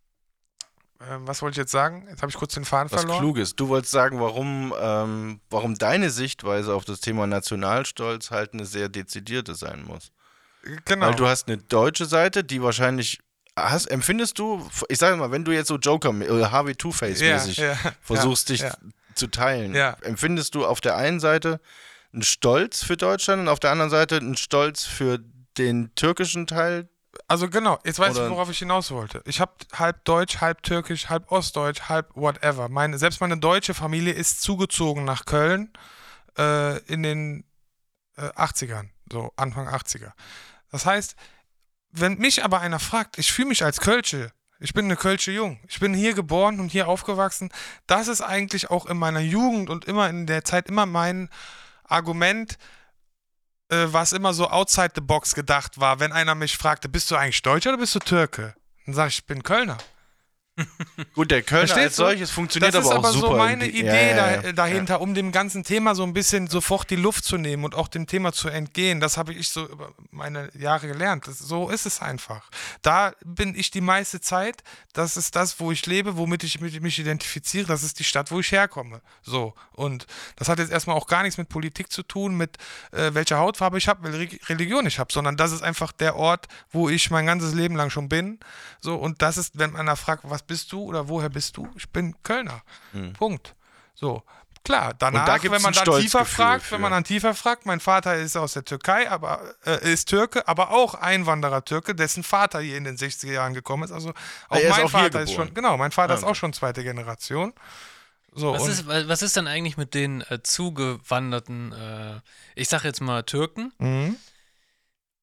was wollte ich jetzt sagen? Jetzt habe ich kurz den Faden verloren. Was Kluges. Du wolltest sagen, warum deine Sichtweise auf das Thema Nationalstolz halt eine sehr dezidierte sein muss. Genau. Weil du hast eine deutsche Seite, die wahrscheinlich empfindest du, ich sage mal, wenn du jetzt so Joker oder Harvey Two-Face-mäßig versuchst, dich zu teilen, empfindest du auf der einen Seite einen Stolz für Deutschland und auf der anderen Seite einen Stolz für den türkischen Teil? Also genau, jetzt weiß ich, worauf ich hinaus wollte. Ich habe halb Deutsch, halb Türkisch, halb Ostdeutsch, halb whatever. Selbst meine deutsche Familie ist zugezogen nach Köln in den 80ern, so Anfang 80er. Das heißt, wenn mich aber einer fragt, ich fühle mich als Kölsche, ich bin eine Kölsche Jung, ich bin hier geboren und hier aufgewachsen, das ist eigentlich auch in meiner Jugend und immer in der Zeit immer mein Argument, was immer so outside the box gedacht war, wenn einer mich fragte, bist du eigentlich Deutscher oder bist du Türke? Dann sage ich bin Kölner. Gut, der Kölner als solches funktioniert aber auch super. Das ist aber so meine Idee dahinter, um dem ganzen Thema so ein bisschen sofort die Luft zu nehmen und auch dem Thema zu entgehen. Das habe ich so über meine Jahre gelernt. So ist es einfach. Da bin ich die meiste Zeit. Das ist das, wo ich lebe, womit ich mich identifiziere. Das ist die Stadt, wo ich herkomme. So. Und das hat jetzt erstmal auch gar nichts mit Politik zu tun, mit welcher Hautfarbe ich habe, welche Religion ich habe, sondern das ist einfach der Ort, wo ich mein ganzes Leben lang schon bin. So. Und das ist, wenn einer fragt, was bist du oder woher bist du? Ich bin Kölner. Punkt. So. Klar, danach, wenn man dann tiefer fragt, mein Vater ist aus der Türkei, aber ist Türke, aber auch Einwanderer-Türke, dessen Vater hier in den 60er Jahren gekommen ist. Also auch mein Vater ist schon, genau, mein Vater ist auch schon zweite Generation. So, was ist dann eigentlich mit den zugewanderten, ich sag jetzt mal Türken?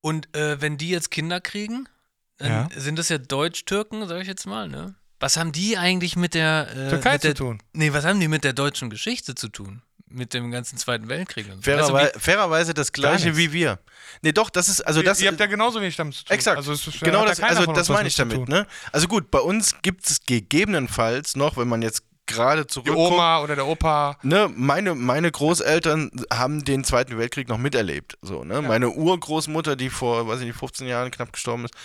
Und wenn die jetzt Kinder kriegen, dann sind das ja Deutsch-Türken, sag ich jetzt mal, ne? Was haben die eigentlich mit der Türkei zu tun? Nee, was haben die mit der deutschen Geschichte zu tun? Mit dem ganzen Zweiten Weltkrieg und so. Fairerweise das Gleiche wie wir. Nee, doch, das ist, also das... Ihr habt ja genauso wenig damit zu tun. Exakt, also genau das, das meine ich damit, ne? Also gut, bei uns gibt es gegebenenfalls noch, wenn man jetzt gerade Die zurückguckt... Oma oder der Opa... Ne, meine Großeltern haben den Zweiten Weltkrieg noch miterlebt, so, ne? Ja. Meine Urgroßmutter, die vor, 15 Jahren knapp gestorben ist,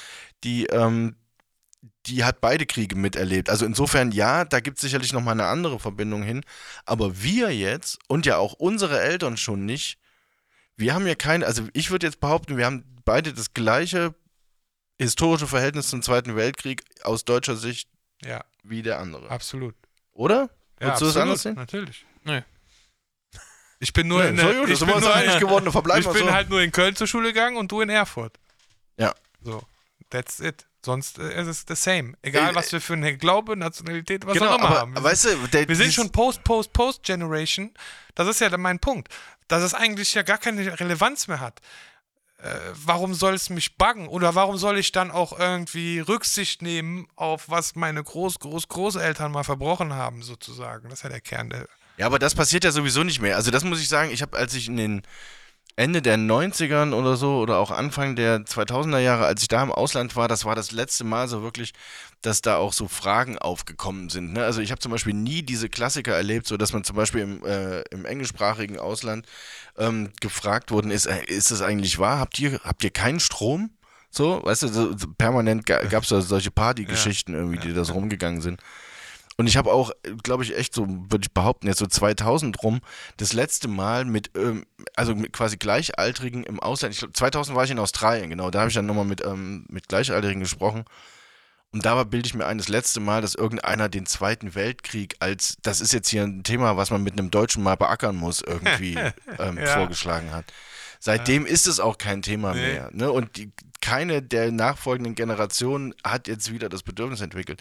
die hat beide Kriege miterlebt. Also insofern, ja, da gibt es sicherlich nochmal eine andere Verbindung hin. Aber wir jetzt und ja auch unsere Eltern schon nicht, wir haben ja keine, also ich würde jetzt behaupten, wir haben beide das gleiche historische Verhältnis zum Zweiten Weltkrieg aus deutscher Sicht wie der andere. Absolut. Oder? Ja, Würdest du das anders sehen? Natürlich. Nee. Ich bin nur sind wir uns einig geworden, verbleiben ich bin halt nur in Köln zur Schule gegangen und du in Erfurt. Ja. So, that's it. Sonst ist es the same. Egal, was wir für eine Glaube, Nationalität, was auch immer haben. Weißt du, wir sind schon Post-Generation. Das ist ja mein Punkt. Dass es eigentlich ja gar keine Relevanz mehr hat. Warum soll es mich buggen? Oder warum soll ich dann auch irgendwie Rücksicht nehmen auf was meine Großeltern mal verbrochen haben, sozusagen? Das ist ja der Kern der... Ja, aber das passiert ja sowieso nicht mehr. Also das muss ich sagen, als ich in den Ende der 90ern oder so oder auch Anfang der 2000er Jahre, als ich da im Ausland war, das war das letzte Mal so wirklich, dass da auch so Fragen aufgekommen sind. Ne? Also ich habe zum Beispiel nie diese Klassiker erlebt, so dass man zum Beispiel im englischsprachigen Ausland gefragt worden ist das eigentlich wahr? Habt ihr keinen Strom? So, weißt du, so permanent gab es da solche Partygeschichten irgendwie, die da so rumgegangen sind. Und ich habe auch, glaube ich, echt so, würde ich behaupten, jetzt so 2000 rum, das letzte Mal mit quasi Gleichaltrigen im Ausland, ich glaube 2000 war ich in Australien, genau, da habe ich dann nochmal mit Gleichaltrigen gesprochen. Und da bilde ich mir ein, das letzte Mal, dass irgendeiner den Zweiten Weltkrieg das ist jetzt hier ein Thema, was man mit einem Deutschen mal beackern muss, irgendwie vorgeschlagen hat. Seitdem ist es auch kein Thema mehr. Ne? Und keine der nachfolgenden Generationen hat jetzt wieder das Bedürfnis entwickelt.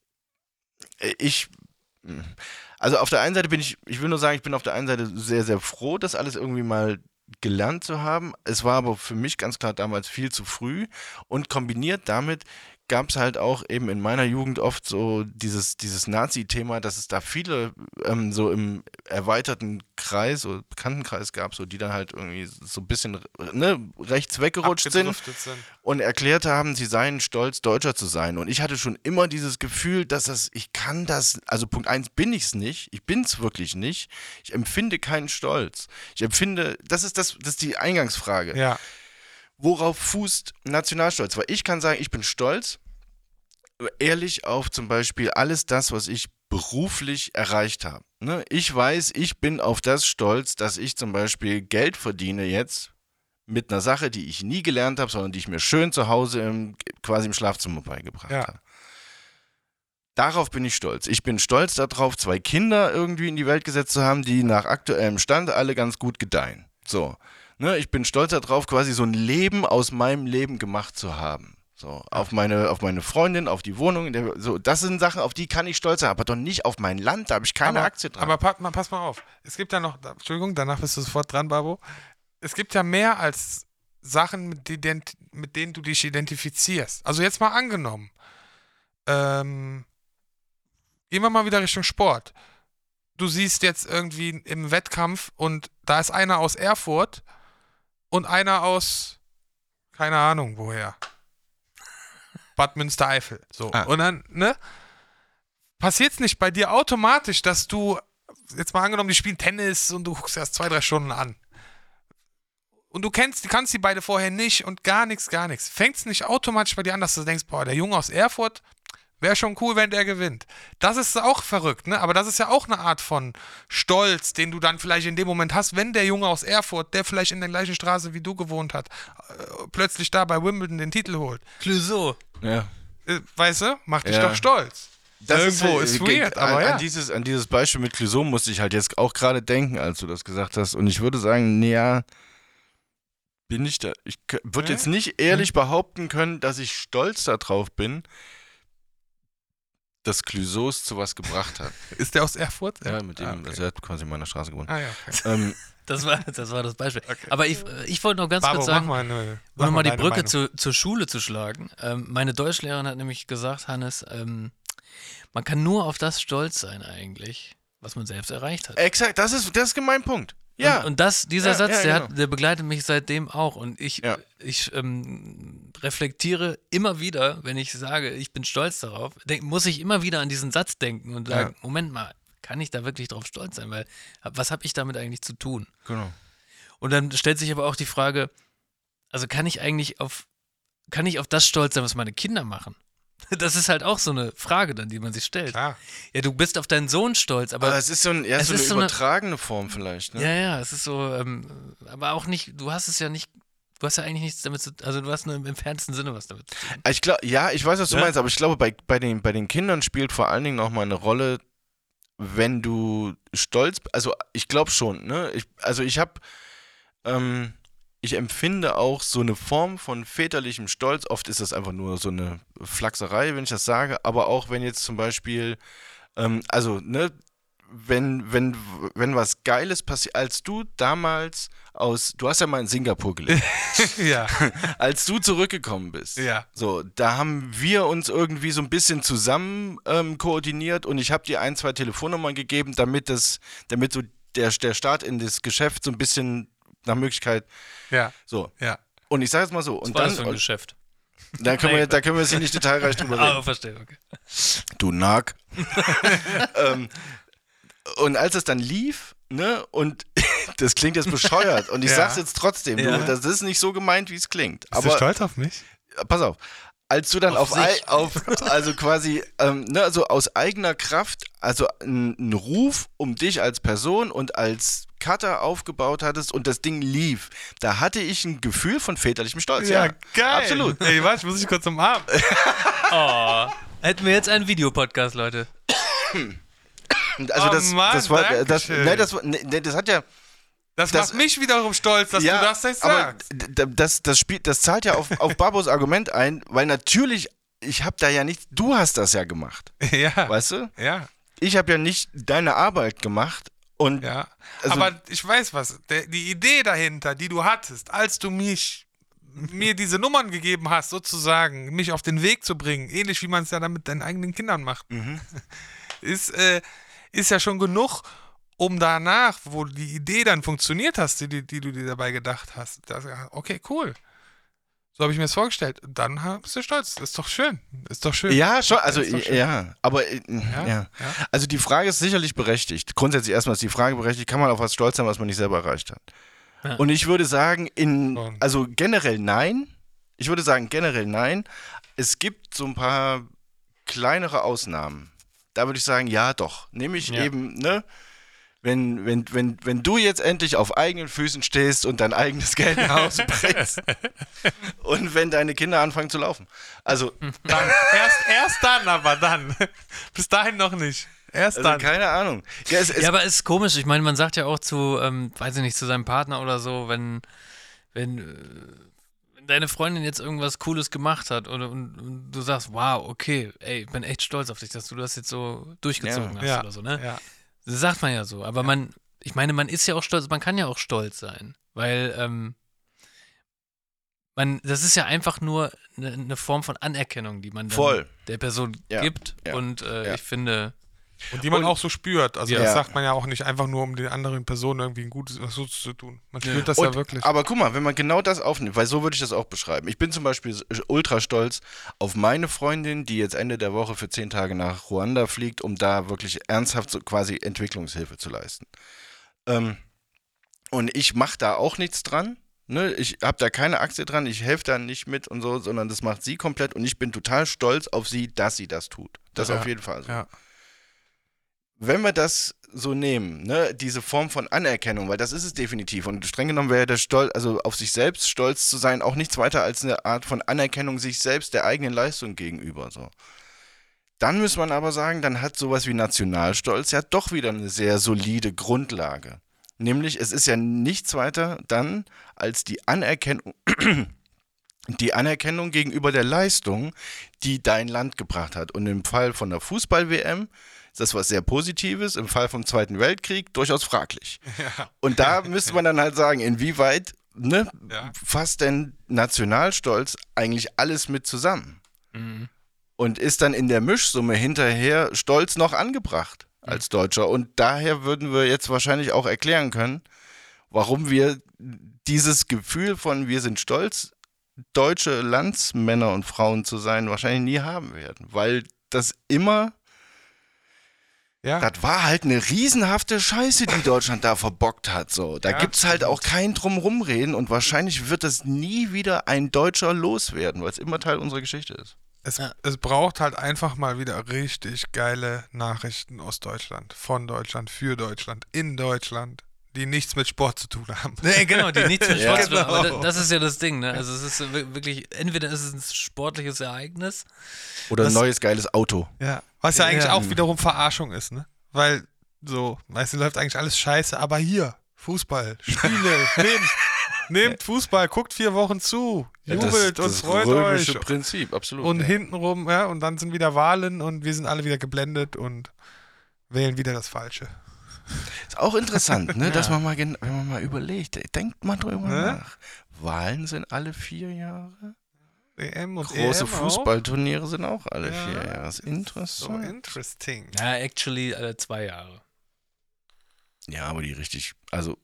Also auf der einen Seite ich will nur sagen, ich bin auf der einen Seite sehr, sehr froh, das alles irgendwie mal gelernt zu haben. Es war aber für mich ganz klar damals viel zu früh und kombiniert damit gab es halt auch eben in meiner Jugend oft so dieses Nazi-Thema, dass es da viele so im erweiterten Kreis, so Bekanntenkreis gab, so die dann halt irgendwie so ein bisschen rechts weggerutscht sind und erklärt haben, sie seien stolz, Deutscher zu sein. Und ich hatte schon immer dieses Gefühl, also Punkt 1 bin ich es nicht, ich bin es wirklich nicht, ich empfinde keinen Stolz. Ich empfinde, das ist die Eingangsfrage. Ja. Worauf fußt Nationalstolz? Weil ich kann sagen, ich bin stolz, ehrlich auf zum Beispiel alles das, was ich beruflich erreicht habe. Ne? Ich weiß, ich bin auf das stolz, dass ich zum Beispiel Geld verdiene jetzt mit einer Sache, die ich nie gelernt habe, sondern die ich mir schön zu Hause quasi im Schlafzimmer beigebracht habe. Darauf bin ich stolz. Ich bin stolz darauf, 2 Kinder irgendwie in die Welt gesetzt zu haben, die nach aktuellem Stand alle ganz gut gedeihen. So. Ne, ich bin stolz darauf, quasi so ein Leben aus meinem Leben gemacht zu haben. So, auf meine Freundin, auf die Wohnung. Das sind Sachen, auf die kann ich stolz sein, aber doch nicht auf mein Land, da habe ich keine Aktie dran. Aber pass mal auf. Es gibt ja noch, Entschuldigung, danach bist du sofort dran, Babo. Es gibt ja mehr als Sachen, mit denen du dich identifizierst. Also jetzt mal angenommen. Gehen wir mal wieder Richtung Sport. Du siehst jetzt irgendwie im Wettkampf und da ist einer aus Erfurt und einer aus, keine Ahnung woher, Bad Münstereifel. So. Und dann, passiert es nicht bei dir automatisch, dass du, jetzt mal angenommen, die spielen Tennis und du guckst erst 2-3 Stunden an. Und du kannst die beide vorher nicht und gar nichts. Fängt es nicht automatisch bei dir an, dass du denkst, boah, der Junge aus Erfurt, wäre schon cool, wenn der gewinnt. Das ist auch verrückt, ne? Aber das ist ja auch eine Art von Stolz, den du dann vielleicht in dem Moment hast, wenn der Junge aus Erfurt, der vielleicht in der gleichen Straße wie du gewohnt hat, plötzlich da bei Wimbledon den Titel holt. Clouseau. Ja. Weißt du? Macht dich doch stolz. Das Irgendwo ist weird, aber an dieses Beispiel mit Clouseau musste ich halt jetzt auch gerade denken, als du das gesagt hast. Und ich würde sagen, bin ich da. Ich würde jetzt nicht ehrlich behaupten können, dass ich stolz darauf bin. dass Clouseaus zu was gebracht hat. Ist der aus Erfurt? Ja, mit dem, okay. also er hat quasi in meiner Straße gewohnt. Ah ja, okay. Das war das Beispiel. Okay. Aber ich wollte noch ganz Babo, kurz sagen, um mal die Brücke zur Schule zu schlagen. Meine Deutschlehrerin hat nämlich gesagt, Hannes, man kann nur auf das stolz sein eigentlich, was man selbst erreicht hat. Exakt, das ist mein Punkt. Ja. Und dieser Ja, Satz, ja, der begleitet mich seitdem auch. Und ich reflektiere immer wieder, wenn ich sage, ich bin stolz darauf, muss ich immer wieder an diesen Satz denken und sagen, Moment mal, kann ich da wirklich drauf stolz sein? Weil, was habe ich damit eigentlich zu tun? Genau. Und dann stellt sich aber auch die Frage, also kann ich auf das stolz sein, was meine Kinder machen? Das ist halt auch so eine Frage dann, die man sich stellt. Klar. Ja, du bist auf deinen Sohn stolz, aber es ist so eine übertragene Form vielleicht. Ne? ja, es ist so, aber auch nicht, du hast ja eigentlich nichts damit zu tun, also du hast nur im entferntesten Sinne was damit zu tun. Ich weiß, was du meinst, aber ich glaube, bei den Kindern spielt vor allen Dingen nochmal eine Rolle, wenn du stolz, also ich glaube schon, ne? Ich empfinde auch so eine Form von väterlichem Stolz, oft ist das einfach nur so eine Flachserei, wenn ich das sage, aber auch wenn jetzt zum Beispiel, wenn was Geiles passiert, als du damals du hast ja mal in Singapur gelebt, Ja. als du zurückgekommen bist, Ja. so, da haben wir uns irgendwie so ein bisschen zusammen koordiniert und ich habe dir 1, 2 Telefonnummern gegeben, damit so der Start in das Geschäft so ein bisschen nach Möglichkeit, Ja. so. Ja. Und ich sage jetzt mal so, Was und war dann, das für ein Geschäft? da können wir jetzt hier nicht detailreich drüber reden. Verstehe, okay. Du Nark. Und als es dann lief, ne, und das klingt jetzt bescheuert und ich sag's jetzt trotzdem, Ja. das ist nicht so gemeint, wie es klingt. Bist du stolz auf mich? Pass auf, als du dann also quasi, also aus eigener Kraft, also einen Ruf um dich als Person und als Cutter aufgebaut hattest und das Ding lief, da hatte ich ein Gefühl von väterlichem Stolz. Ja, geil. Absolut. Ey, warte, ich muss dich kurz umarmen. Hätten wir jetzt einen Videopodcast, Leute. Also Dankeschön. das hat ja. Das macht mich wiederum stolz, dass du das jetzt aber sagst. das zahlt ja auf Babos Argument ein, weil natürlich, ich habe da ja nicht, du hast das ja gemacht, Ja. weißt du? Ja. Ich habe ja nicht deine Arbeit gemacht und Ja. also, Aber ich weiß was, die Idee dahinter, die du hattest, als du mir diese Nummern gegeben hast, sozusagen, mich auf den Weg zu bringen, ähnlich wie man es ja dann mit deinen eigenen Kindern macht, ist ja schon genug, um danach, wo die Idee dann funktioniert hast, die du dir dabei gedacht hast, okay, cool. So habe ich mir das vorgestellt. Dann bist du stolz. Ist doch schön. ja, schon, also Ist doch schön. ja, aber ja. Also die Frage ist sicherlich berechtigt. Grundsätzlich erstmal ist die Frage berechtigt, kann man auf was stolz sein, was man nicht selber erreicht hat? Ja. Und ich würde sagen, Schon. also generell nein. Ich würde sagen, generell nein. Es gibt so ein paar kleinere Ausnahmen. Da würde ich sagen, ja doch. Nämlich eben, ne? Wenn du jetzt endlich auf eigenen Füßen stehst und dein eigenes Geld nach Hause bringst und wenn deine Kinder anfangen zu laufen. Also, Dann. Erst dann, aber dann. Bis dahin noch nicht. Erst also dann. keine Ahnung. Ja, Ja, aber es ist komisch. Ich meine, man sagt ja auch zu, weiß ich nicht, zu seinem Partner oder so, wenn deine Freundin jetzt irgendwas Cooles gemacht hat und du sagst, wow, okay, ey, ich bin echt stolz auf dich, dass du das jetzt so durchgezogen hast oder so, ne? Ja. Das sagt man ja so. Aber man ist ja auch stolz, man kann ja auch stolz sein, weil das ist ja einfach nur eine Form von Anerkennung, die man dann der Person gibt. Ja. Und ich finde. Und die man auch so spürt. Also das Ja. sagt man ja auch nicht einfach nur, um den anderen Personen irgendwie ein Gutes was Gutes zu tun. Man spürt das ja wirklich. Aber guck mal, wenn man genau das aufnimmt, weil so würde ich das auch beschreiben. Ich bin zum Beispiel ultra stolz auf meine Freundin, die jetzt Ende der Woche für 10 Tage nach Ruanda fliegt, um da wirklich ernsthaft so quasi Entwicklungshilfe zu leisten. Und ich mache da auch nichts dran. Ne? Ich habe da keine Aktie dran, ich helfe da nicht mit und so, sondern das macht sie komplett und ich bin total stolz auf sie, dass sie das tut. Das auf jeden Fall so. Ja. Wenn wir das so nehmen, ne, diese Form von Anerkennung, weil das ist es definitiv und streng genommen wäre der Stolz, also auf sich selbst stolz zu sein, auch nichts weiter als eine Art von Anerkennung sich selbst der eigenen Leistung gegenüber, so. Dann muss man aber sagen, dann hat sowas wie Nationalstolz ja doch wieder eine sehr solide Grundlage. Nämlich, es ist ja nichts weiter dann als die Anerkennung die Anerkennung gegenüber der Leistung, die dein Land gebracht hat. Und im Fall von der Fußball-WM ist das was sehr Positives, im Fall vom Zweiten Weltkrieg durchaus fraglich. Ja. Und da müsste man dann halt sagen, inwieweit Ja. fasst denn Nationalstolz eigentlich alles mit zusammen? Und ist dann in der Mischsumme hinterher Stolz noch angebracht als Deutscher? Und daher würden wir jetzt wahrscheinlich auch erklären können, warum wir dieses Gefühl von wir sind stolz, deutsche Landsmänner und Frauen zu sein, wahrscheinlich nie haben werden. Weil das immer, Ja. das war halt eine riesenhafte Scheiße, die Deutschland da verbockt hat. So. Da Ja, gibt's halt auch kein Drumrumreden und wahrscheinlich wird das nie wieder ein Deutscher loswerden, weil es immer Teil unserer Geschichte ist. Es braucht halt einfach mal wieder richtig geile Nachrichten aus Deutschland, von Deutschland, für Deutschland, in Deutschland, die nichts mit Sport zu tun haben. Nee, genau, die nichts mit Ja, Sport zu tun haben. Aber genau. das ist ja das Ding, ne? Also es ist wirklich, entweder ist es ein sportliches Ereignis. Oder ein neues geiles Auto. Ja. Was ja eigentlich Ja. auch wiederum Verarschung ist, ne? Weil so, meistens läuft eigentlich alles scheiße, aber hier, Fußball, Spiele, nehmt Fußball, guckt 4 Wochen zu, jubelt und freut römische euch. Prinzip, absolut. Und ja. hintenrum, ja, und dann sind wieder Wahlen und wir sind alle wieder geblendet und wählen wieder das Falsche. Ist auch interessant, ne, dass man mal, wenn man mal überlegt, denkt mal drüber Ne? nach. Wahlen sind alle 4 Jahre. EM und Große EM Fußballturniere sind auch alle Ja. 4 Jahre. Das ist Auch? So interessant. interesting. Ja, actually alle 2 Jahre. Ja, aber die richtig, also,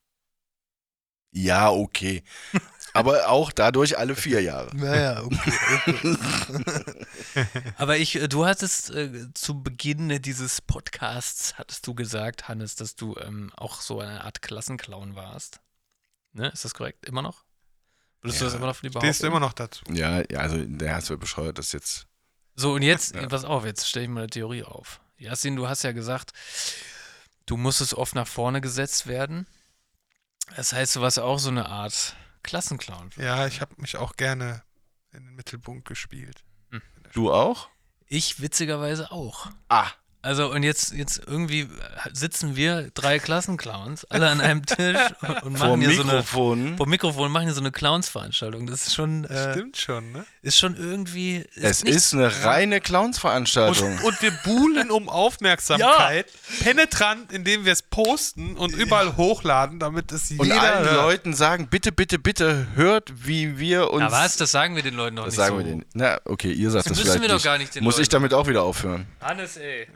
ja, okay. Aber auch dadurch alle 4 Jahre. Naja, okay. Aber du hattest zu Beginn dieses Podcasts, hattest du gesagt, Hannes, dass du auch so eine Art Klassenclown warst. Ne? Ist das korrekt? Immer noch? Würdest du Ja. das immer noch für die Stehst du behaupten? immer noch dazu? Ja, also der hast du bescheuert, das jetzt. So, und jetzt, Ja. pass auf, jetzt stelle ich mal eine Theorie auf. Yasin, du hast ja gesagt, du musstest oft nach vorne gesetzt werden. Das heißt, du warst auch so eine Art Klassenclown. Ja, ich habe mich auch gerne in den Mittelpunkt gespielt. Du auch? Ich witzigerweise auch. Ah. Also, und jetzt irgendwie sitzen wir 3 Klassenclowns, alle an einem Tisch und Vor machen hier so eine. Mikrofon. Vor Mikrofon machen hier so eine Clowns-Veranstaltung. Das ist schon, Stimmt schon, ne? ist schon irgendwie. Es nicht- ist eine reine Clowns-Veranstaltung. Und wir buhlen um Aufmerksamkeit penetrant, indem wir es posten und überall hochladen, damit es Und jeder allen hört. Leuten sagen, bitte, bitte, bitte hört, wie wir uns... Na was, das sagen wir den Leuten doch das nicht sagen so. wir denen. Na, okay, ihr sagt Das das müssen vielleicht wir doch nicht. gar nicht den Muss ich Leuten. damit auch wieder aufhören. Hannes, ey.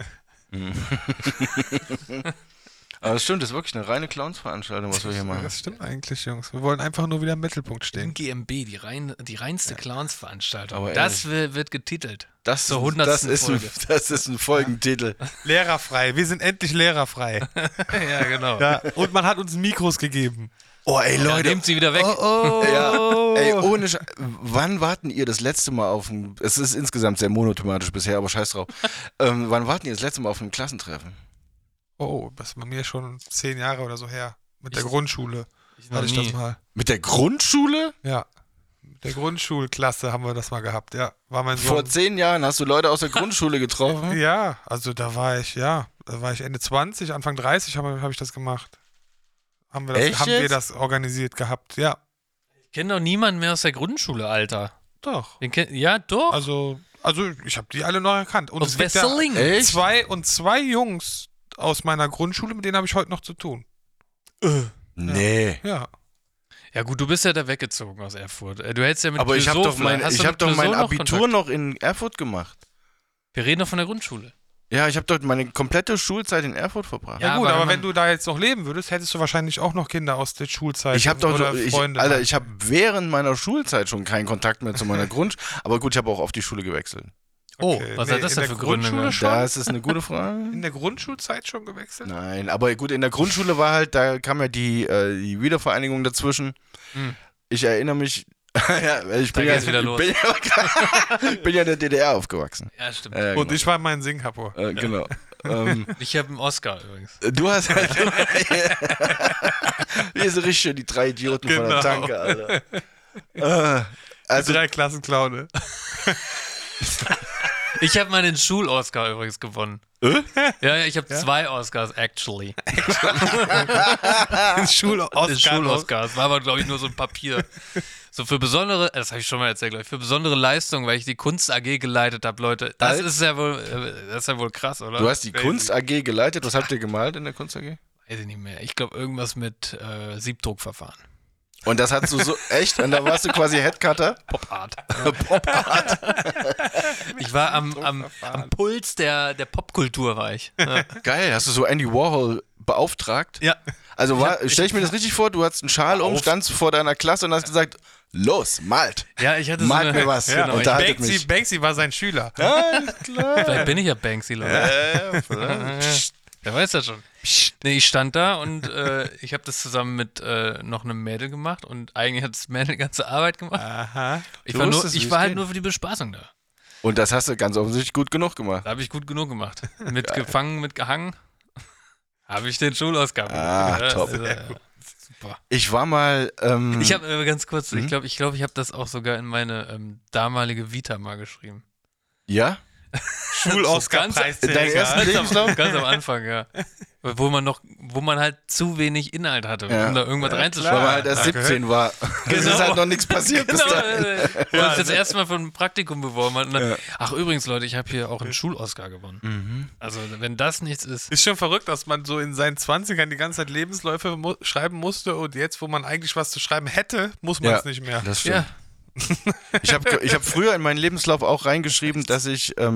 Aber das stimmt, das ist wirklich eine reine Clowns-Veranstaltung, was wir hier machen. Das stimmt eigentlich, Jungs. Wir wollen einfach nur wieder im Mittelpunkt stehen. GMB, die reinste Clowns-Veranstaltung. Aber Das wird getitelt. Das, Zur 100. das ist Folge. das ist ein Folgentitel. Lehrerfrei. Wir sind endlich lehrerfrei. Ja, genau. Ja. Und man hat uns Mikros gegeben. Oh, ey, Ja, Leute. nehmt sie wieder weg. Ja, ey, ohne wann warten ihr das letzte Mal auf ein... Es ist insgesamt sehr monothematisch bisher, aber scheiß drauf. Wann warten ihr das letzte Mal auf ein Klassentreffen? Oh, das ist bei mir schon 10 Jahre oder so her. Mit der Grundschule noch hatte ich nie. das mal. Mit der Grundschule? Ja. Mit der Grundschulklasse haben wir das mal gehabt, ja. War mein Vor Sohn. 10 Jahren hast du Leute aus der Grundschule getroffen? Ja, also da war ich Ende 20, Anfang 30 hab ich das gemacht. Haben wir Echt wir jetzt? das organisiert gehabt, ja. Ich kenne doch niemanden mehr aus der Grundschule, Alter. Doch. Ja, doch. Also ich habe die alle noch erkannt. Und aus es gibt ja Wesseling. Echt? zwei Jungs aus meiner Grundschule, mit denen habe ich heute noch zu tun. Nee. Ja. Ja gut, du bist ja da weggezogen aus Erfurt. Du hättest ja mit Aber ich habe Clouseau doch mein, vielleicht- hast ich du hab mit doch mein Clouseau noch Abitur Kontakt? noch in Erfurt gemacht. Wir reden doch von der Grundschule. Ja, ich habe dort meine komplette Schulzeit in Erfurt verbracht. Ja, Ja, gut, aber aber wenn wenn du da jetzt noch leben würdest, hättest du wahrscheinlich auch noch Kinder aus der Schulzeit Ich habe doch, oder Freunde. Alter, ich habe während meiner Schulzeit schon keinen Kontakt mehr zu meiner Grundschule. Aber gut, ich habe auch auf die Schule gewechselt. Oh, Okay. was Nee, hat das in denn der für Gründe? Grundschule ne? schon? Das ist eine gute Frage. In der Grundschulzeit schon gewechselt? Nein, aber gut, in der Grundschule war halt, da kam ja die Wiedervereinigung dazwischen. Hm. Ich erinnere mich, ja, ich bin ja, geht's wieder los. ich bin ja in der DDR aufgewachsen. Ja, stimmt. Genau. Und ich war mein Singapur. Genau. Ich habe einen Oscar übrigens. Du hast halt. Hier sind richtig schön die 3 Idioten von der Genau. Tanke, Alter. Also, 3 Klassenklaune. Ich habe meinen Schul-Oscar übrigens gewonnen. Ja, ich habe 2 Oscars, actually. Schul-Oscar. Schul-Oscar. Es war aber, glaube ich, nur so ein Papier. So für besondere, das habe ich schon mal erzählt, glaube ich, für besondere Leistungen, weil ich die Kunst AG geleitet habe, Leute. Das ist ja wohl krass, oder? Du hast die Kunst AG geleitet. Was habt ihr gemalt in der Kunst AG? Weiß ich nicht mehr. Ich glaube, irgendwas mit Siebdruckverfahren. Und das hast du so, echt? Und da warst du quasi Headcutter? Pop-Art. Ich war am Puls der Popkultur, war ich. Ja. Geil, hast du so Andy Warhol beauftragt? Ja. Also stell ich mir das richtig vor, du hattest einen Schal um, standst vor deiner Klasse und hast gesagt, los, malt. Ja, ich hatte Malt mir was. Genau. Unterhaltet mich. Banksy war sein Schüler. Alles klar. Vielleicht bin ich ja Banksy, Leute. Wer weiß das schon. Nee, ich stand da und ich habe das zusammen mit noch einem Mädel gemacht und eigentlich hat das Mädel die ganze Arbeit gemacht. Aha. Ich Du war, wusstest, wie ich es war halt geht. nur für die Bespaßung da. Und das hast du ganz offensichtlich gut genug gemacht. Da habe ich gut genug gemacht. Mit gefangen, mit gehangen. Habe ich den Schulausgaben. Top. Super. Ich war mal, Ich habe ganz kurz, ich glaube, ich habe das auch sogar in meine damalige Vita mal geschrieben. ja? Dein Schul-Oscar-Preisträger. ersten Lebenslauf? Ganz am Anfang, ja. Wo man halt zu wenig Inhalt hatte, um da irgendwas Weil reinzuschreiben. man halt erst 17 war. Es ist halt noch nichts passiert bis Genau, dahin. wo man sich das erste Mal für ein Praktikum beworben hat. Und dann, ach übrigens, Leute, ich habe hier auch einen Schul-Oscar gewonnen. Also wenn das nichts ist. Ist schon verrückt, dass man so in seinen 20ern die ganze Zeit Lebensläufe schreiben musste und jetzt, wo man eigentlich was zu schreiben hätte, muss man es nicht mehr. Das stimmt. Ja, Ich hab früher in meinen Lebenslauf auch reingeschrieben, dass ich ich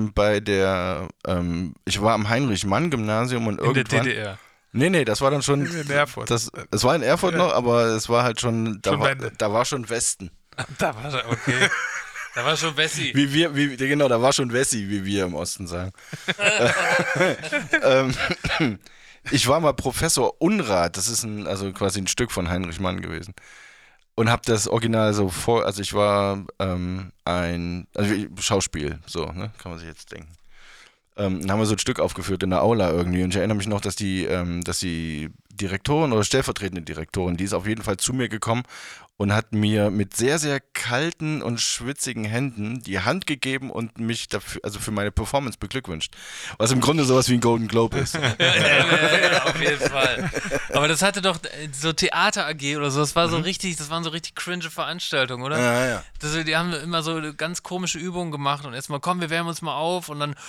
war am Heinrich-Mann-Gymnasium und in der irgendwann... DDR. Nee, das war dann schon... In Erfurt. Es war in Erfurt noch, aber es war halt schon... Schon Wende. Da war schon Westen. Da war er, okay. Da war schon Bessie. Genau, da war schon Wessi, wie wir im Osten sagen. Ich war mal Professor Unrat, das ist also quasi ein Stück von Heinrich Mann gewesen. Und habe das Original so also ich war Schauspiel, so, ne, kann man sich jetzt denken. Dann haben wir so ein Stück aufgeführt in der Aula irgendwie und ich erinnere mich noch, dass die Direktorin oder stellvertretende Direktorin, die ist auf jeden Fall zu mir gekommen und hat mir mit sehr, sehr kalten und schwitzigen Händen die Hand gegeben und mich dafür, also für meine Performance beglückwünscht. Was im Grunde sowas wie ein Golden Globe ist. Ja, auf jeden Fall. Aber das hatte doch so Theater AG oder so, das waren so richtig cringe Veranstaltungen, oder? Ja. Die haben immer so ganz komische Übungen gemacht und erstmal, komm, wir wärmen uns mal auf und dann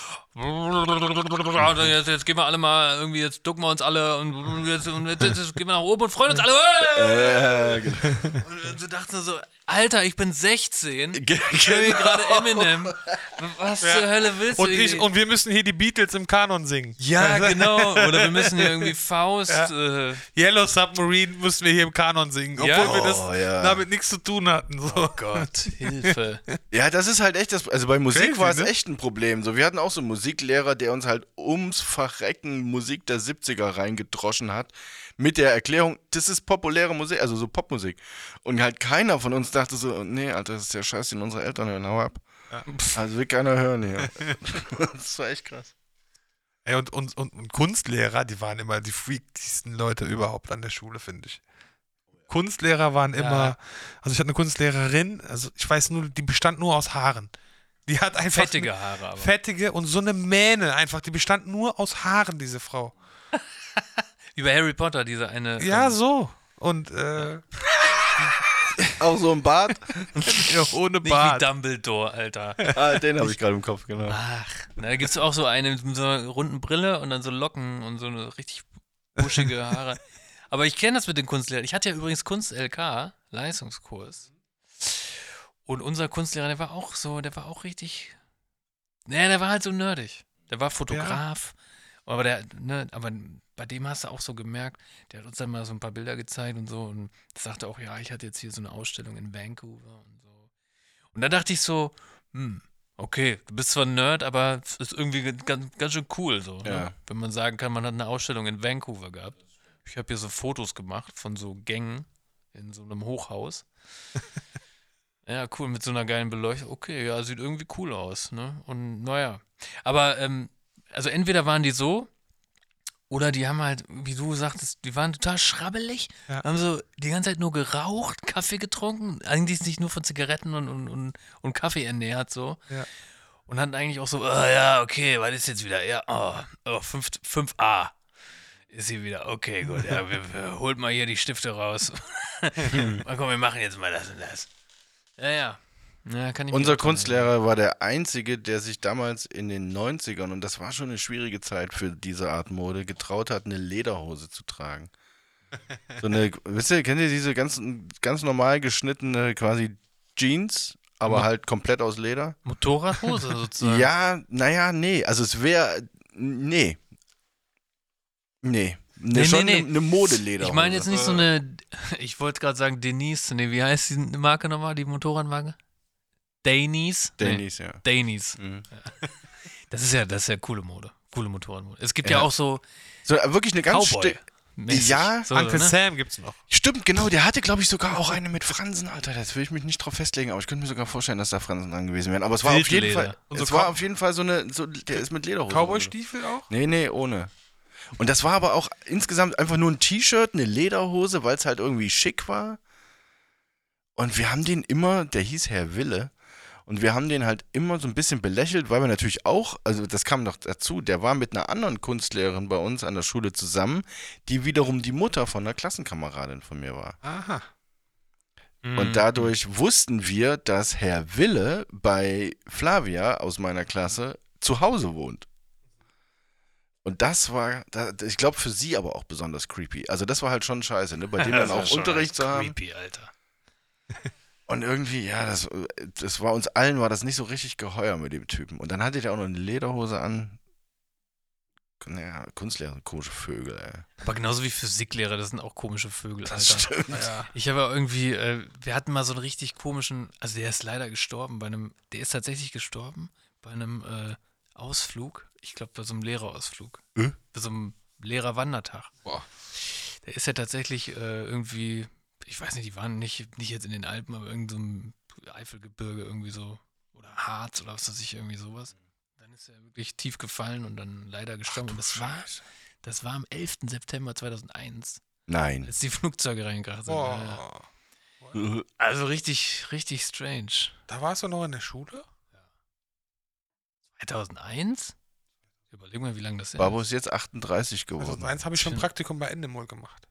jetzt gehen wir alle mal irgendwie, jetzt ducken wir uns alle und jetzt gehen wir nach oben und freuen uns alle. Und so dachten so, Alter, ich bin 16. Ich höre hier gerade Eminem. Was zur Hölle willst du? Und wir müssen hier die Beatles im Kanon singen. Ja, genau. Oder wir müssen hier irgendwie Faust. Yellow Submarine mussten wir hier im Kanon singen, obwohl Ja. wir das ja. damit nichts zu tun hatten. So. Oh Gott, Hilfe. Ja, das ist halt echt also bei Musik Crazy, war es ne? echt ein Problem. So, wir hatten auch so einen Musiklehrer, der uns halt ums Verrecken Musik der 70er reingedroschen hat. Mit der Erklärung, das ist populäre Musik, also so Popmusik. Und halt keiner von uns dachte so, nee, Alter, das ist der Scheiß, den unsere Eltern hören, hau ab. Also will keiner hören hier. Das war echt krass. Ey, und Kunstlehrer, die waren immer die freakigsten Leute überhaupt an der Schule, finde ich. Kunstlehrer waren immer, also ich hatte eine Kunstlehrerin, also ich weiß nur, die bestand nur aus Haaren. Die hat einfach Fettige Haare aber. fettige und so eine Mähne einfach, die bestand nur aus Haaren, diese Frau. Wie bei Harry Potter, diese eine. Ja, so. Und Auch so ein Bart? ohne Nicht Bart. wie Dumbledore, Alter. Den habe ich gerade im Kopf, genau. Ach, da gibt es auch so eine mit so einer runden Brille und dann so Locken und so eine richtig buschige Haare. Aber ich kenne das mit den Kunstlehrern. Ich hatte ja übrigens Kunst-LK, Leistungskurs. Und unser Kunstlehrer, der war auch richtig. Naja, der war halt so nerdig. Der war Fotograf. Aber aber bei dem hast du auch so gemerkt, der hat uns dann mal so ein paar Bilder gezeigt und so und sagte auch, ja, ich hatte jetzt hier so eine Ausstellung in Vancouver und so. Und da dachte ich so, okay, du bist zwar ein Nerd, aber es ist irgendwie ganz schön cool so, Ja. ne? Wenn man sagen kann, man hat eine Ausstellung in Vancouver gehabt. Ich habe hier so Fotos gemacht von so Gängen in so einem Hochhaus. Ja, cool, mit so einer geilen Beleuchtung. Okay, ja, sieht irgendwie cool aus, ne? Und naja. Aber, also entweder waren die so, oder die haben halt, wie du sagtest, die waren total schrabbelig, haben so die ganze Zeit nur geraucht, Kaffee getrunken, eigentlich sich nur von Zigaretten und Kaffee ernährt, so. Ja. Und hatten eigentlich auch so, ja, okay, was ist jetzt wieder? Ja, 5a ist hier wieder. Okay, gut, ja, wir holt mal hier die Stifte raus. Komm, wir machen jetzt mal das und das. Ja, kann ich mich Unser auch dran Kunstlehrer war der Einzige, der sich damals in den 90ern, und das war schon eine schwierige Zeit für diese Art Mode, getraut hat, eine Lederhose zu tragen. So eine, wisst ihr, kennt ihr diese ganz normal geschnittene quasi Jeans, aber halt komplett aus Leder? Motorradhose sozusagen. Ja, naja, nee. Also es wäre, nee. Schon eine Modelederhose. Ich meine jetzt nicht so eine, ich wollte gerade sagen Denise, nee, wie heißt die Marke nochmal, die Motorradmarke? Dainies? Dainies, ja. Dainies. Mhm. Das ist ja coole Mode, coole Motorradmode. Es gibt ja auch so So wirklich eine ganz Cowboy. Ja, so, Uncle ne? Sam gibt's noch. Stimmt, genau, der hatte, glaube ich, sogar auch eine mit Fransen, Alter. Das will ich mich nicht drauf festlegen, aber ich könnte mir sogar vorstellen, dass da Fransen dran gewesen wären. Aber es war auf jeden Wildleder. Fall. Und so Es war auf jeden Fall der ist mit Lederhose. Cowboy-Stiefel auch? Nee, ohne. Und das war aber auch insgesamt einfach nur ein T-Shirt, eine Lederhose, weil es halt irgendwie schick war. Und wir haben den immer, der hieß Herr Wille, und wir haben den halt immer so ein bisschen belächelt, weil wir natürlich auch, also das kam noch dazu, der war mit einer anderen Kunstlehrerin bei uns an der Schule zusammen, die wiederum die Mutter von einer Klassenkameradin von mir war. Aha. Und dadurch wussten wir, dass Herr Wille bei Flavia aus meiner Klasse zu Hause wohnt. Und das war, ich glaube, für sie aber auch besonders creepy. Also das war halt schon scheiße, ne? Bei dem dann auch Unterricht zu haben. Creepy, Alter. Und irgendwie, ja, das war uns allen, war das nicht so richtig geheuer mit dem Typen. Und dann hatte der auch noch eine Lederhose an. Naja, Kunstlehrer sind komische Vögel, ey. Aber genauso wie Physiklehrer, das sind auch komische Vögel, Alter. Das stimmt. Ja. Ich habe ja irgendwie, wir hatten mal so einen richtig komischen, also der ist leider gestorben der ist tatsächlich gestorben bei einem Ausflug. Ich glaube, bei so einem Lehrerausflug. Bei so einem Lehrerwandertag. Boah. Der ist ja tatsächlich irgendwie, ich weiß nicht, die waren nicht jetzt in den Alpen, aber irgend so im Eifelgebirge irgendwie so. Oder Harz oder was weiß ich, irgendwie sowas. Dann ist er wirklich tief gefallen und dann leider gestorben. Und das war am 11. September 2001, Nein. als die Flugzeuge reingekracht sind. Boah. Ja. Also richtig, richtig strange. Da warst du noch in der Schule? 2001? Überleg mal, wie lange das Babo ist jetzt 38 geworden. Also eins habe ich schon ein Praktikum bei Endemol gemacht.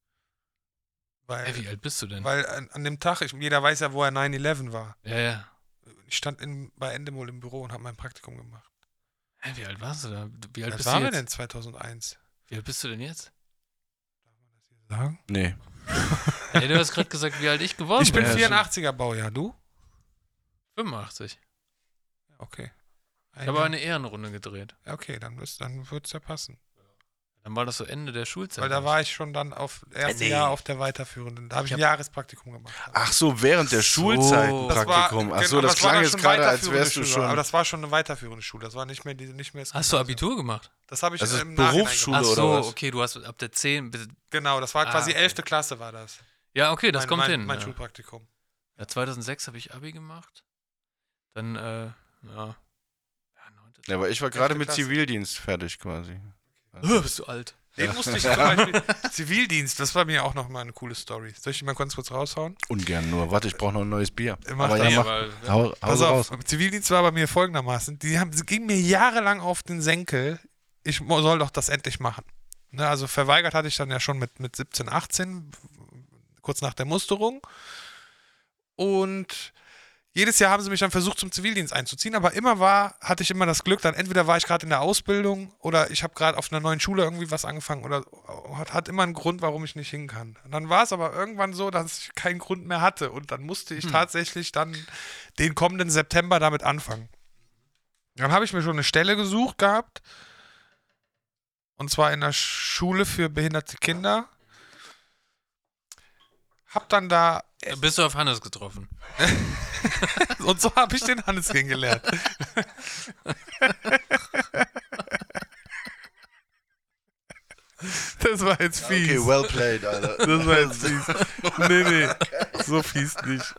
Wie alt bist du denn? Weil an dem Tag, jeder weiß ja, wo er 9/11 war. Ja. Ich stand bei Endemol im Büro und habe mein Praktikum gemacht. Wie alt warst du da? Wie alt Was bist du waren wir jetzt? denn 2001? Wie alt bist du denn jetzt? Sagen? Nee. Ey, du hast gerade gesagt, wie alt ich geworden Ich bin bin. 84er Baujahr, du? 85. Okay. Ich habe aber eine Ehrenrunde gedreht. Ja, okay, dann wird es ja passen. Dann war das so Ende der Schulzeit. Weil da war ich schon dann auf erste Jahr auf der Weiterführenden. Da habe ich ein Jahrespraktikum gemacht. Ach so, während der Schulzeit ein Das Praktikum. Ach so, genau, das war klang dann jetzt schon gerade, als weiterführende wärst du Schule. schon. Aber das war schon eine weiterführende Schule. Das war nicht mehr das Hast du Abitur gemacht? Das habe ich Das ist im Nachhinein Berufsschule gemacht. Ach so, oder was? okay, du hast ab der 10 bis... Genau, das war quasi okay. 11. Klasse war das. Ja, okay, das kommt hin. Mein ja. Schulpraktikum. Ja, 2006 habe ich Abi gemacht. Dann, Ja, aber ich war gerade mit Klasse. Zivildienst fertig quasi. bist du alt. Den musste ich zum Beispiel. Zivildienst, das war mir auch noch mal eine coole Story. Soll ich die mal kurz raushauen? Ungern nur. Warte, ich brauche noch ein neues Bier. Mach Aber das. ja, aber- hau Pass raus. auf, Zivildienst war bei mir folgendermaßen. Sie gingen mir jahrelang auf den Senkel, ich soll doch das endlich machen. Ne, also verweigert hatte ich dann ja schon mit 17, 18, kurz nach der Musterung. Und jedes Jahr haben sie mich dann versucht, zum Zivildienst einzuziehen, aber hatte ich immer das Glück, dann entweder war ich gerade in der Ausbildung oder ich habe gerade auf einer neuen Schule irgendwie was angefangen oder hat immer einen Grund, warum ich nicht hin kann. Und dann war es aber irgendwann so, dass ich keinen Grund mehr hatte und dann musste ich tatsächlich dann den kommenden September damit anfangen. Dann habe ich mir schon eine Stelle gesucht gehabt und zwar in der Schule für behinderte Kinder. Hab dann da Bist du auf Hannes getroffen? und so habe ich den Hannes kennengelernt. Das war jetzt fies. Okay, well played, Alter. Das war jetzt fies. Nee, so fies nicht.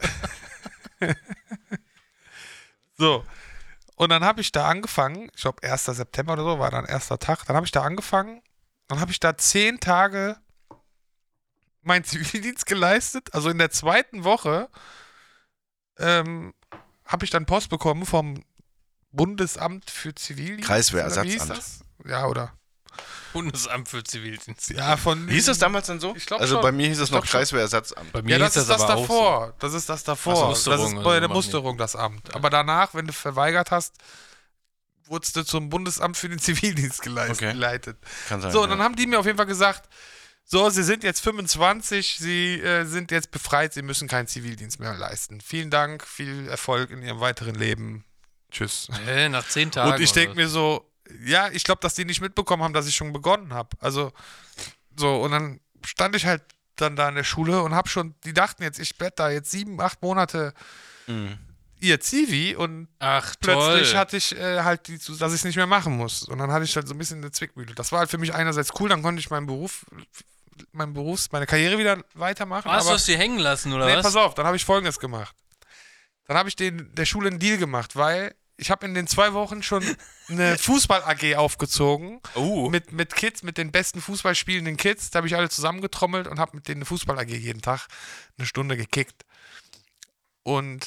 So. Und dann habe ich da angefangen, ich glaube 1. September oder so war dann erster Tag, dann habe ich da angefangen, dann habe ich da 10 Tage meinen Zivildienst geleistet, also in der 2. Woche habe ich dann Post bekommen vom Bundesamt für Zivildienst. Oder wie hieß Kreiswehrersatzamt. das? Ja, oder? Bundesamt für Zivildienst. Ja, Hieß das damals dann so? Ich glaub also schon. bei mir hieß es Ich noch glaub schon. Kreiswehrersatzamt. Bei mir Ja, hieß das ist das aber auch davor. Das ist das davor. Ach so, Das Musterung ist oder bei so der machen die. Musterung das Amt. Aber danach, wenn du verweigert hast, wurdest du zum Bundesamt für den Zivildienst geleitet. Kann sein. So, und dann haben die mir auf jeden Fall gesagt, so, Sie sind jetzt 25, Sie sind jetzt befreit, Sie müssen keinen Zivildienst mehr leisten. Vielen Dank, viel Erfolg in Ihrem weiteren Leben. Tschüss. Nach 10 Tagen. Und ich denke oder mir so, ja, ich glaube, dass die nicht mitbekommen haben, dass ich schon begonnen habe. Also, so, und dann stand ich halt dann da in der Schule und hab schon, die dachten jetzt, ich werd da jetzt 7, 8 Monate ihr Zivi und Ach, plötzlich toll. hatte ich halt, dass ich es nicht mehr machen muss. Und dann hatte ich halt so ein bisschen eine Zwickmühle. Das war halt für mich einerseits cool, dann konnte ich meine Karriere wieder weitermachen. Hast du aber es dir hängen lassen, oder nee, was? pass auf, dann habe ich Folgendes gemacht. Dann habe ich der Schule einen Deal gemacht, weil ich habe in den 2 Wochen schon eine Fußball-AG aufgezogen. Mit Kids, mit den besten Fußballspielenden Kids. Da habe ich alle zusammengetrommelt und habe mit denen eine Fußball-AG jeden Tag eine Stunde gekickt. Und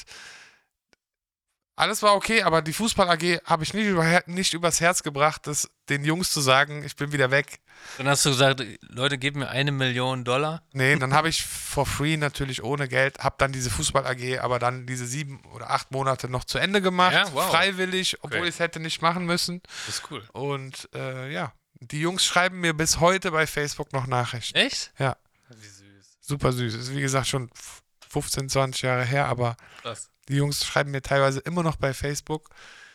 alles war okay, aber die Fußball-AG habe ich nicht übers Herz gebracht, den Jungs zu sagen, ich bin wieder weg. Dann hast du gesagt, Leute, gebt mir $1 Million. Nee, dann habe ich for free natürlich ohne Geld, habe dann diese Fußball-AG, aber dann diese 7 oder 8 Monate noch zu Ende gemacht, Ja, wow. freiwillig, obwohl Okay. ich es hätte nicht machen müssen. Das ist cool. Und ja, die Jungs schreiben mir bis heute bei Facebook noch Nachrichten. Echt? Ja, Wie süß. super süß. Ist wie gesagt schon 15, 20 Jahre her, aber Krass. die Jungs schreiben mir teilweise immer noch bei Facebook.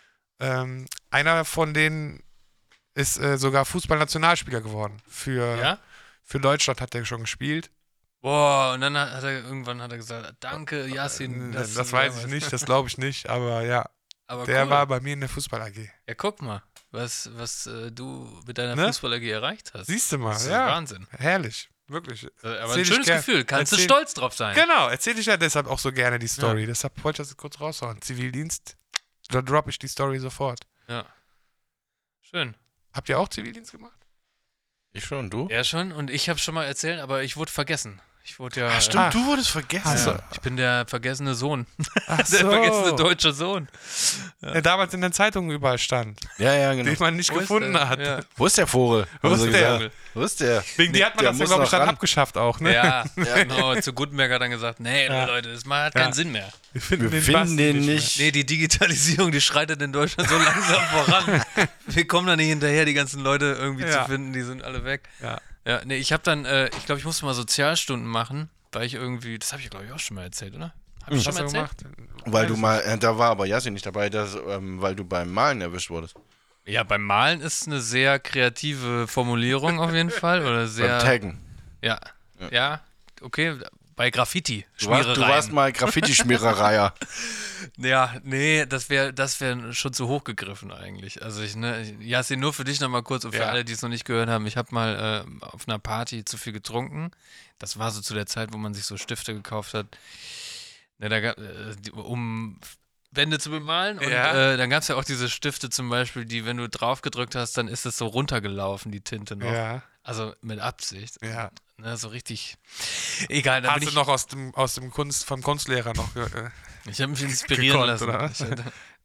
Einer von denen ist sogar Fußballnationalspieler geworden. Ja? Für Deutschland hat er schon gespielt. Boah, und dann hat er irgendwann gesagt, danke, Yassin. Das dass du weiß da ich warst. nicht, das glaube ich nicht, aber ja, Aber der cool. war bei mir in der Fußball-AG. Ja, guck mal, was du mit deiner Ne? Fußball-AG erreicht hast. Siehst du mal, Das ist ja. Wahnsinn. Herrlich, wirklich. Aber Erzähl ein ich schönes gern. Gefühl. Kannst du Erzähl- stolz drauf sein. Genau, erzähle ich ja deshalb auch so gerne die Story. Deshalb wollte ich das kurz raushauen. Zivildienst, da droppe ich die Story sofort. Ja. Schön. Habt ihr auch Zivildienst gemacht? Ich schon, du? Ja, schon. Und ich habe schon mal erzählt, aber ich wurde vergessen. Ich wurde ja. Stimmt, du wurdest vergessen. Also, Ich bin der vergessene Sohn. ach Der so. vergessene deutsche Sohn. Der damals in den Zeitungen überall stand, Ja, genau. den man nicht Wo ist gefunden der? hat. Ja. Wo ist der Vogel? Wo Haben ist sie der? gesagt. Wo ist der? Wegen die hat man Der das ja, muss glaube ich, noch dann ran. abgeschafft auch, ne? Ja, genau. Zu Gutenberg hat dann gesagt, nee, Ja. Leute, das hat keinen Sinn mehr. Wir finden Wir finden den nicht. Nee, die Digitalisierung, die schreitet in Deutschland so langsam voran. Wir kommen da nicht hinterher, die ganzen Leute irgendwie Ja. zu finden, die sind alle weg. Ja. Ja, nee, ich habe dann, ich glaube, ich musste mal Sozialstunden machen, weil ich irgendwie, das habe ich, glaube ich, auch schon mal erzählt, oder? Habe ich schon Was mal hast du erzählt? gemacht? Weil du mal, da war aber Yasin nicht dabei, weil du beim Malen erwischt wurdest. Ja, beim Malen ist eine sehr kreative Formulierung auf jeden Fall. Oder sehr. Beim Taggen. Ja, okay. Bei Graffiti. Du warst mal Graffiti-Schmiererei. Ja, nee, das wär schon zu hoch gegriffen eigentlich. Also Yasin, nur für dich nochmal kurz und für Ja. alle, die es noch nicht gehört haben. Ich habe mal auf einer Party zu viel getrunken. Das war so zu der Zeit, wo man sich so Stifte gekauft hat, um Wände zu bemalen. Und Ja. dann gab es ja auch diese Stifte zum Beispiel, die, wenn du drauf gedrückt hast, dann ist es so runtergelaufen, die Tinte noch. Ja, Also mit Absicht. ja. Ne, so richtig. Egal, da Hast bin du ich. noch vom Kunstlehrer noch Ich habe mich inspirieren gekonnt, lassen. oder? Ich hatte,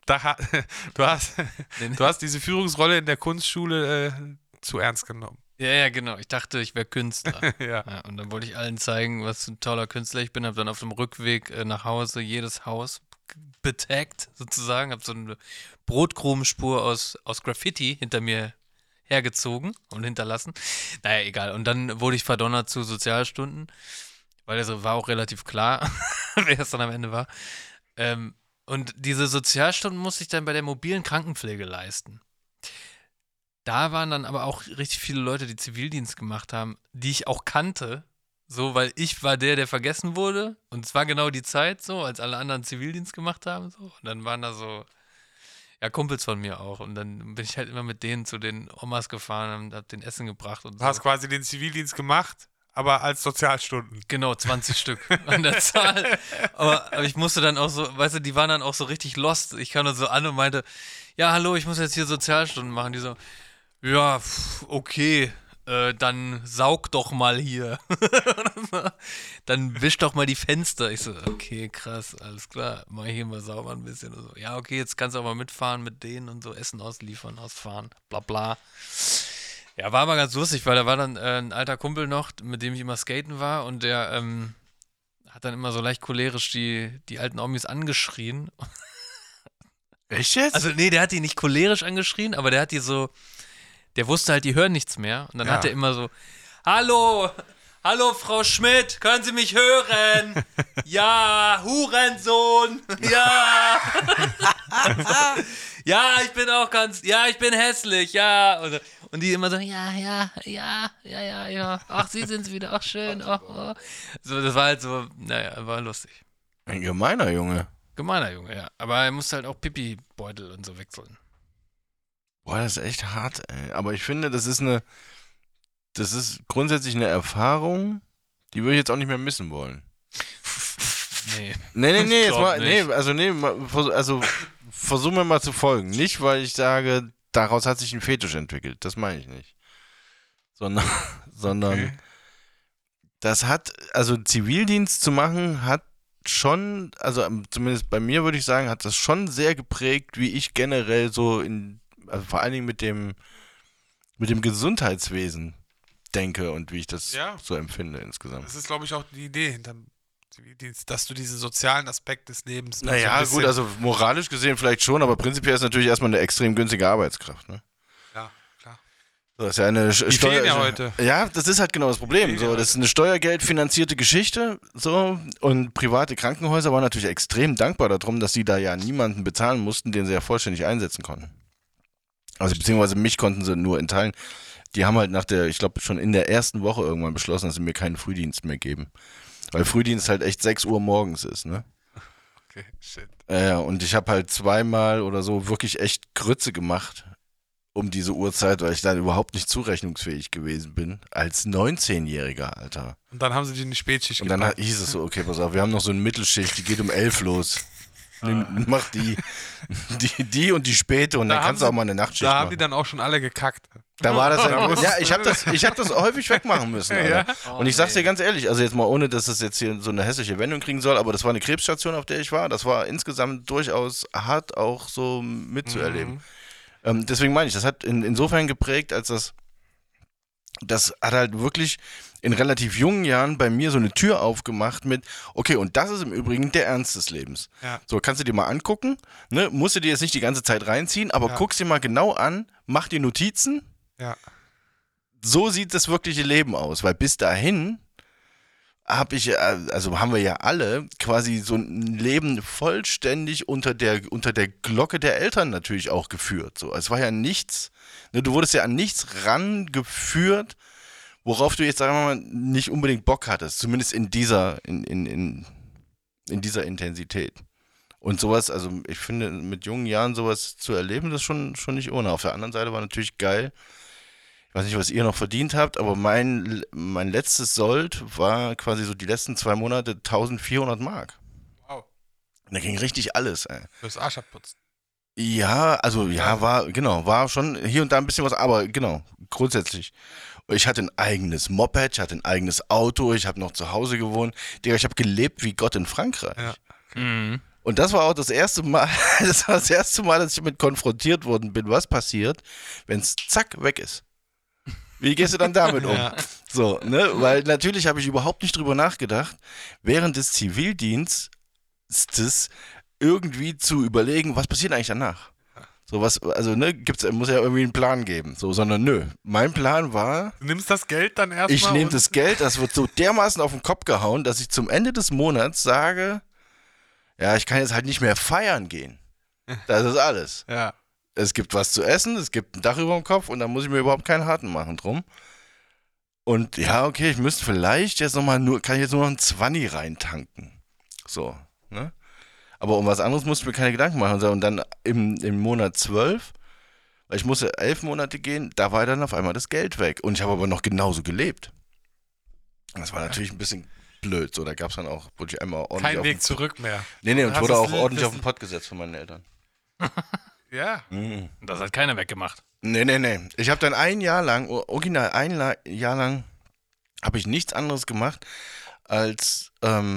du hast diese Führungsrolle in der Kunstschule zu ernst genommen. ja, genau. Ich dachte, ich wäre Künstler. Ja. Ja, und dann wollte ich allen zeigen, was für ein toller Künstler ich bin. Habe dann auf dem Rückweg nach Hause jedes Haus betaggt, sozusagen. Habe so eine Brotkrumenspur aus Graffiti hinter mir hergezogen und hinterlassen. Naja, egal. Und dann wurde ich verdonnert zu Sozialstunden, weil es war auch relativ klar, wer es dann am Ende war. Und diese Sozialstunden musste ich dann bei der mobilen Krankenpflege leisten. Da waren dann aber auch richtig viele Leute, die Zivildienst gemacht haben, die ich auch kannte, so, weil ich war der vergessen wurde. Und es war genau die Zeit so, als alle anderen Zivildienst gemacht haben. So. Und dann waren da so, ja, Kumpels von mir auch. Und dann bin ich halt immer mit denen zu den Omas gefahren und hab denen Essen gebracht und Du so. hast quasi den Zivildienst gemacht, aber als Sozialstunden. Genau, 20 Stück an der Zahl. Aber ich musste dann auch so, weißt du, die waren dann auch so richtig lost. Ich kam dann so an und meinte, ja, hallo, ich muss jetzt hier Sozialstunden machen. Die so, ja, okay, dann saug doch mal hier. Dann wisch doch mal die Fenster. Ich so, okay, krass, alles klar, mach hier mal sauber ein bisschen. Und so, ja, okay, jetzt kannst du auch mal mitfahren mit denen und so, Essen ausliefern, ausfahren, bla bla. Ja, war aber ganz lustig, weil da war dann ein alter Kumpel noch, mit dem ich immer skaten war und der hat dann immer so leicht cholerisch die alten Omis angeschrien. Echt jetzt? Also nee, der hat die nicht cholerisch angeschrien, aber der hat die so, der wusste halt, die hören nichts mehr. Und dann hat er immer so, hallo Frau Schmidt, können Sie mich hören? Ja, Hurensohn, ja. Ja, ich bin auch ich bin hässlich, ja. Und die immer so, ja. Ach, Sie sind's wieder, ach schön, oh. So, das war halt so, naja, war lustig. Ein gemeiner Junge. Gemeiner Junge, ja. Aber er musste halt auch Pipi-Beutel und so wechseln. Boah, das ist echt hart, ey. Aber ich finde, das ist grundsätzlich eine Erfahrung, die würde ich jetzt auch nicht mehr missen wollen. Nee, versuchen wir mal zu folgen. Nicht, weil ich sage, daraus hat sich ein Fetisch entwickelt. Das meine ich nicht. Sondern das hat, also Zivildienst zu machen, hat schon, also zumindest bei mir würde ich sagen, hat das schon sehr geprägt, wie ich generell so also vor allen Dingen mit dem Gesundheitswesen denke und wie ich das so empfinde insgesamt. Das ist, glaube ich, auch die Idee hinterm Zivildienst, dass du diesen sozialen Aspekt des Lebens. Naja, gut, also moralisch gesehen vielleicht schon, aber prinzipiell ist natürlich erstmal eine extrem günstige Arbeitskraft, ne? Ja, klar. Das ist ja eine Steuer ja heute. Ja, das ist halt genau das Problem. So, das ist eine steuergeldfinanzierte Geschichte, so, und private Krankenhäuser waren natürlich extrem dankbar darum, dass sie da ja niemanden bezahlen mussten, den sie ja vollständig einsetzen konnten. Also beziehungsweise mich konnten sie nur in Teilen. Die haben halt ich glaube schon in der ersten Woche irgendwann beschlossen, dass sie mir keinen Frühdienst mehr geben. Weil Frühdienst halt echt 6 Uhr morgens ist, ne? Okay, shit. Ja, und ich habe halt zweimal oder so wirklich echt Grütze gemacht um diese Uhrzeit, weil ich dann überhaupt nicht zurechnungsfähig gewesen bin. Als 19-Jähriger, Alter. Und dann haben sie die in die Spätschicht Und dann hieß es so, okay, pass auf, wir haben noch so eine Mittelschicht, die geht um 11 los. Mach die und die späte und dann kannst du auch mal eine Nachtschicht machen. Da haben die dann auch schon alle gekackt. Da war das dann, ja, ich hab das häufig wegmachen müssen, Alter. Und ich sag's dir ganz ehrlich, also jetzt mal ohne, dass das jetzt hier so eine hässliche Wendung kriegen soll, aber das war eine Krebsstation, auf der ich war. Das war insgesamt durchaus hart auch so mitzuerleben. Deswegen meine ich, das hat insofern geprägt, als das hat halt wirklich in relativ jungen Jahren bei mir so eine Tür aufgemacht mit, okay, und das ist im Übrigen der Ernst des Lebens. Ja. So, kannst du dir mal angucken, ne? Musst du dir jetzt nicht die ganze Zeit reinziehen, aber guck's dir mal genau an, mach dir Notizen. Ja. So sieht das wirkliche Leben aus, weil bis dahin haben wir ja alle quasi so ein Leben vollständig unter der Glocke der Eltern natürlich auch geführt. So, es war ja nichts, ne, du wurdest ja an nichts rangeführt, worauf du jetzt, sagen wir mal, nicht unbedingt Bock hattest, zumindest in dieser Intensität. Und sowas, also ich finde, mit jungen Jahren sowas zu erleben, das ist schon nicht ohne. Auf der anderen Seite war natürlich geil, ich weiß nicht, was ihr noch verdient habt, aber mein letztes Sold war quasi so die letzten 2 Monate 1400 Mark. Wow. Da ging richtig alles, ey. Fürs Arsch abputzen. Ja, also war schon hier und da ein bisschen was, aber genau, grundsätzlich. Ich hatte ein eigenes Moped, ich hatte ein eigenes Auto, ich habe noch zu Hause gewohnt. Digga, ich habe gelebt wie Gott in Frankreich. Ja. Mhm. Und das war auch das erste Mal, dass ich damit konfrontiert worden bin, was passiert, wenn es zack weg ist. Wie gehst du dann damit um? Ja. So, ne? Weil natürlich habe ich überhaupt nicht drüber nachgedacht, während des Zivildienstes irgendwie zu überlegen, was passiert eigentlich danach? So was, also ne, muss ja irgendwie einen Plan geben. So, sondern nö. Mein Plan war. Du nimmst das Geld dann erstmal? Ich nehme das Geld, das wird so dermaßen auf den Kopf gehauen, dass ich zum Ende des Monats sage, ja, ich kann jetzt halt nicht mehr feiern gehen. Das ist alles. Ja. Es gibt was zu essen, es gibt ein Dach über dem Kopf und da muss ich mir überhaupt keinen Harten machen drum. Und ja, okay, ich müsste vielleicht jetzt kann ich jetzt nur noch einen 20 reintanken. So, ne? Aber um was anderes musste ich mir keine Gedanken machen. Und dann im Monat 12, weil ich musste 11 Monate gehen, da war dann auf einmal das Geld weg. Und ich habe aber noch genauso gelebt. Das war natürlich ein bisschen blöd. So, da gab es dann auch, wurde ich einmal ordentlich kein Weg zurück mehr. Nee, und wurde auch ordentlich auf den Pott gesetzt von meinen Eltern. Ja. Mhm. Das hat keiner weggemacht. Nee. Ich habe dann ein Jahr lang, original ein Jahr lang, habe ich nichts anderes gemacht, als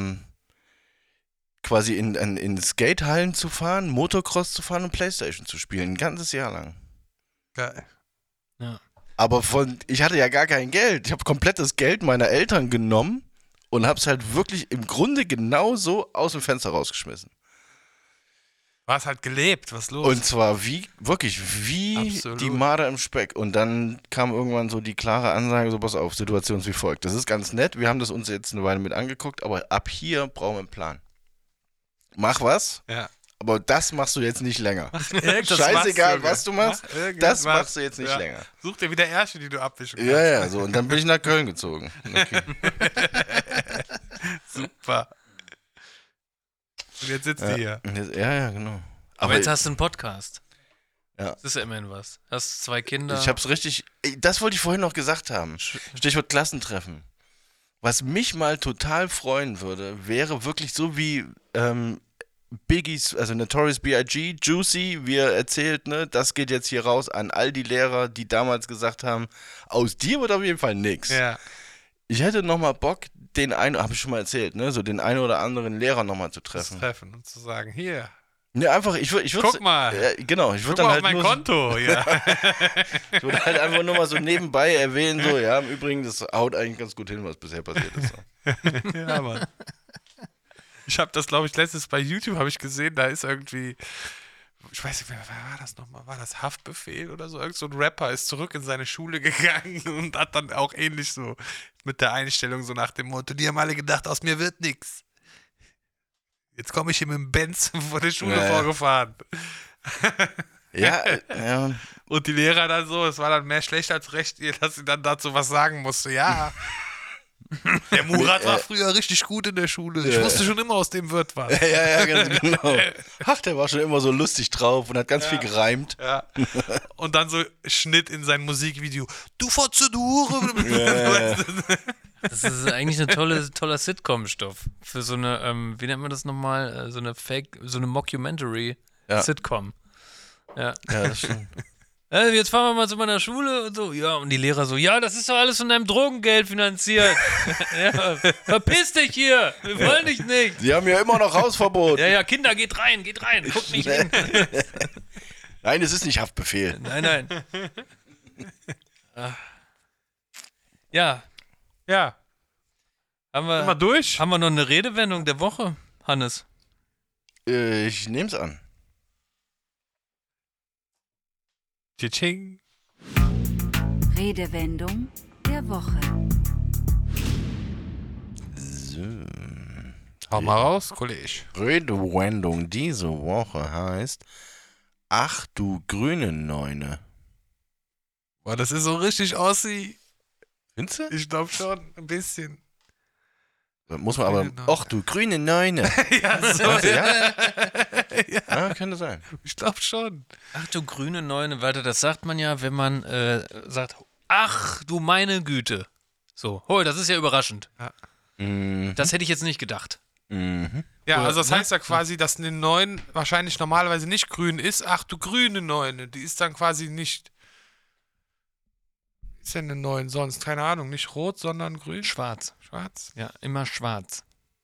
quasi in Skatehallen zu fahren, Motocross zu fahren und Playstation zu spielen. Ein ganzes Jahr lang. Geil. Ja. Aber ich hatte ja gar kein Geld. Ich habe komplett das Geld meiner Eltern genommen und habe es halt wirklich im Grunde genauso aus dem Fenster rausgeschmissen. Du hast halt gelebt, was los? Und zwar wie Absolut. die Marder im Speck. Und dann kam irgendwann so die klare Ansage, so pass auf, Situation ist wie folgt. Das ist ganz nett, wir haben das uns jetzt eine Weile mit angeguckt, aber ab hier brauchen wir einen Plan. Mach was, Ja. aber das machst du jetzt nicht länger. Irgendwas Scheißegal, machst du, was du machst, Mach irgendwas. das machst du jetzt nicht länger. Such dir wieder Ärsche, die du abwischen kannst. Ja, so. Und dann bin ich nach Köln gezogen. Okay. Super. Und jetzt sitzt die hier. Ja, genau. Aber jetzt hast du einen Podcast. Ja. Das ist ja immerhin was. Hast 2 Kinder. Ich hab's richtig, das wollte ich vorhin noch gesagt haben. Stichwort Klassentreffen. Was mich mal total freuen würde, wäre wirklich so wie Biggies, also Notorious B.I.G., Juicy, wie er erzählt, ne, das geht jetzt hier raus an all die Lehrer, die damals gesagt haben, aus dir wird auf jeden Fall nix. Ja. Ich hätte nochmal Bock, habe ich schon mal erzählt, ne, so den einen oder anderen Lehrer nochmal zu treffen. Treffen und zu sagen, hier, Ne, einfach, ich würde guck mal. genau, ich guck würde dann mal halt auf mein nur Konto. Ja. Ich würde halt einfach nur mal so nebenbei erwähnen, so, ja, im Übrigen, das haut eigentlich ganz gut hin, was bisher passiert ist. So. Ja, Mann. Ich habe das, glaube ich, letztens bei YouTube habe ich gesehen, da ist irgendwie, ich weiß nicht, wer war das nochmal? War das Haftbefehl oder so? Irgend so ein Rapper ist zurück in seine Schule gegangen und hat dann auch ähnlich so mit der Einstellung so nach dem Motto, die haben alle gedacht, aus mir wird nix. Jetzt komme ich hier mit dem Benz vor der Schule vorgefahren. Ja. Und die Lehrer dann so, es war dann mehr schlecht als recht, dass sie dann dazu was sagen musste. Ja, der Murat war früher richtig gut in der Schule. Ich wusste schon immer, aus dem wird was. Ja, ganz genau. Ach, der war schon immer so lustig drauf und hat ganz viel gereimt. Ja. Und dann so Schnitt in sein Musikvideo. Du Fotze, du Das ist eigentlich ein toller Sitcom-Stoff. Für so eine, wie nennt man das nochmal? So eine Mockumentary-Sitcom. Ja, das stimmt. Jetzt fahren wir mal zu meiner Schule und so. Ja, und die Lehrer so, ja, das ist doch alles von deinem Drogengeld finanziert. Ja, verpiss dich hier, wir wollen dich nicht. Sie haben ja immer noch Hausverbot. Ja, Kinder, geht rein, guckt nicht hin. Nein, es ist nicht Haftbefehl. Nein. Ja. Ja. Haben Sind wir durch? wir noch eine Redewendung der Woche, Hannes? Ich nehm's an. Tsching. Redewendung der Woche. So. Hau mal raus, Kollege. Redewendung diese Woche heißt: Ach du grüne Neune. Boah, das ist so richtig Ossi. Findest du? Ich glaube schon, ein bisschen. Da muss man aber. Grüne Neune. Ach du grüne Neune. Ja, so. Ja? Ja, könnte sein. Ich glaube schon. Ach du grüne Neune, warte, das sagt man ja, wenn man sagt, ach du meine Güte. So, das ist ja überraschend. Mhm. Das hätte ich jetzt nicht gedacht. Mhm. Ja, Oder, also das ne? heißt ja quasi, dass eine 9 wahrscheinlich normalerweise nicht grün ist. Ach du grüne Neune. Die ist dann quasi nicht. Ist ja eine 9 sonst? Keine Ahnung. Nicht rot, sondern grün. Schwarz. Schwarz? Ja, immer schwarz.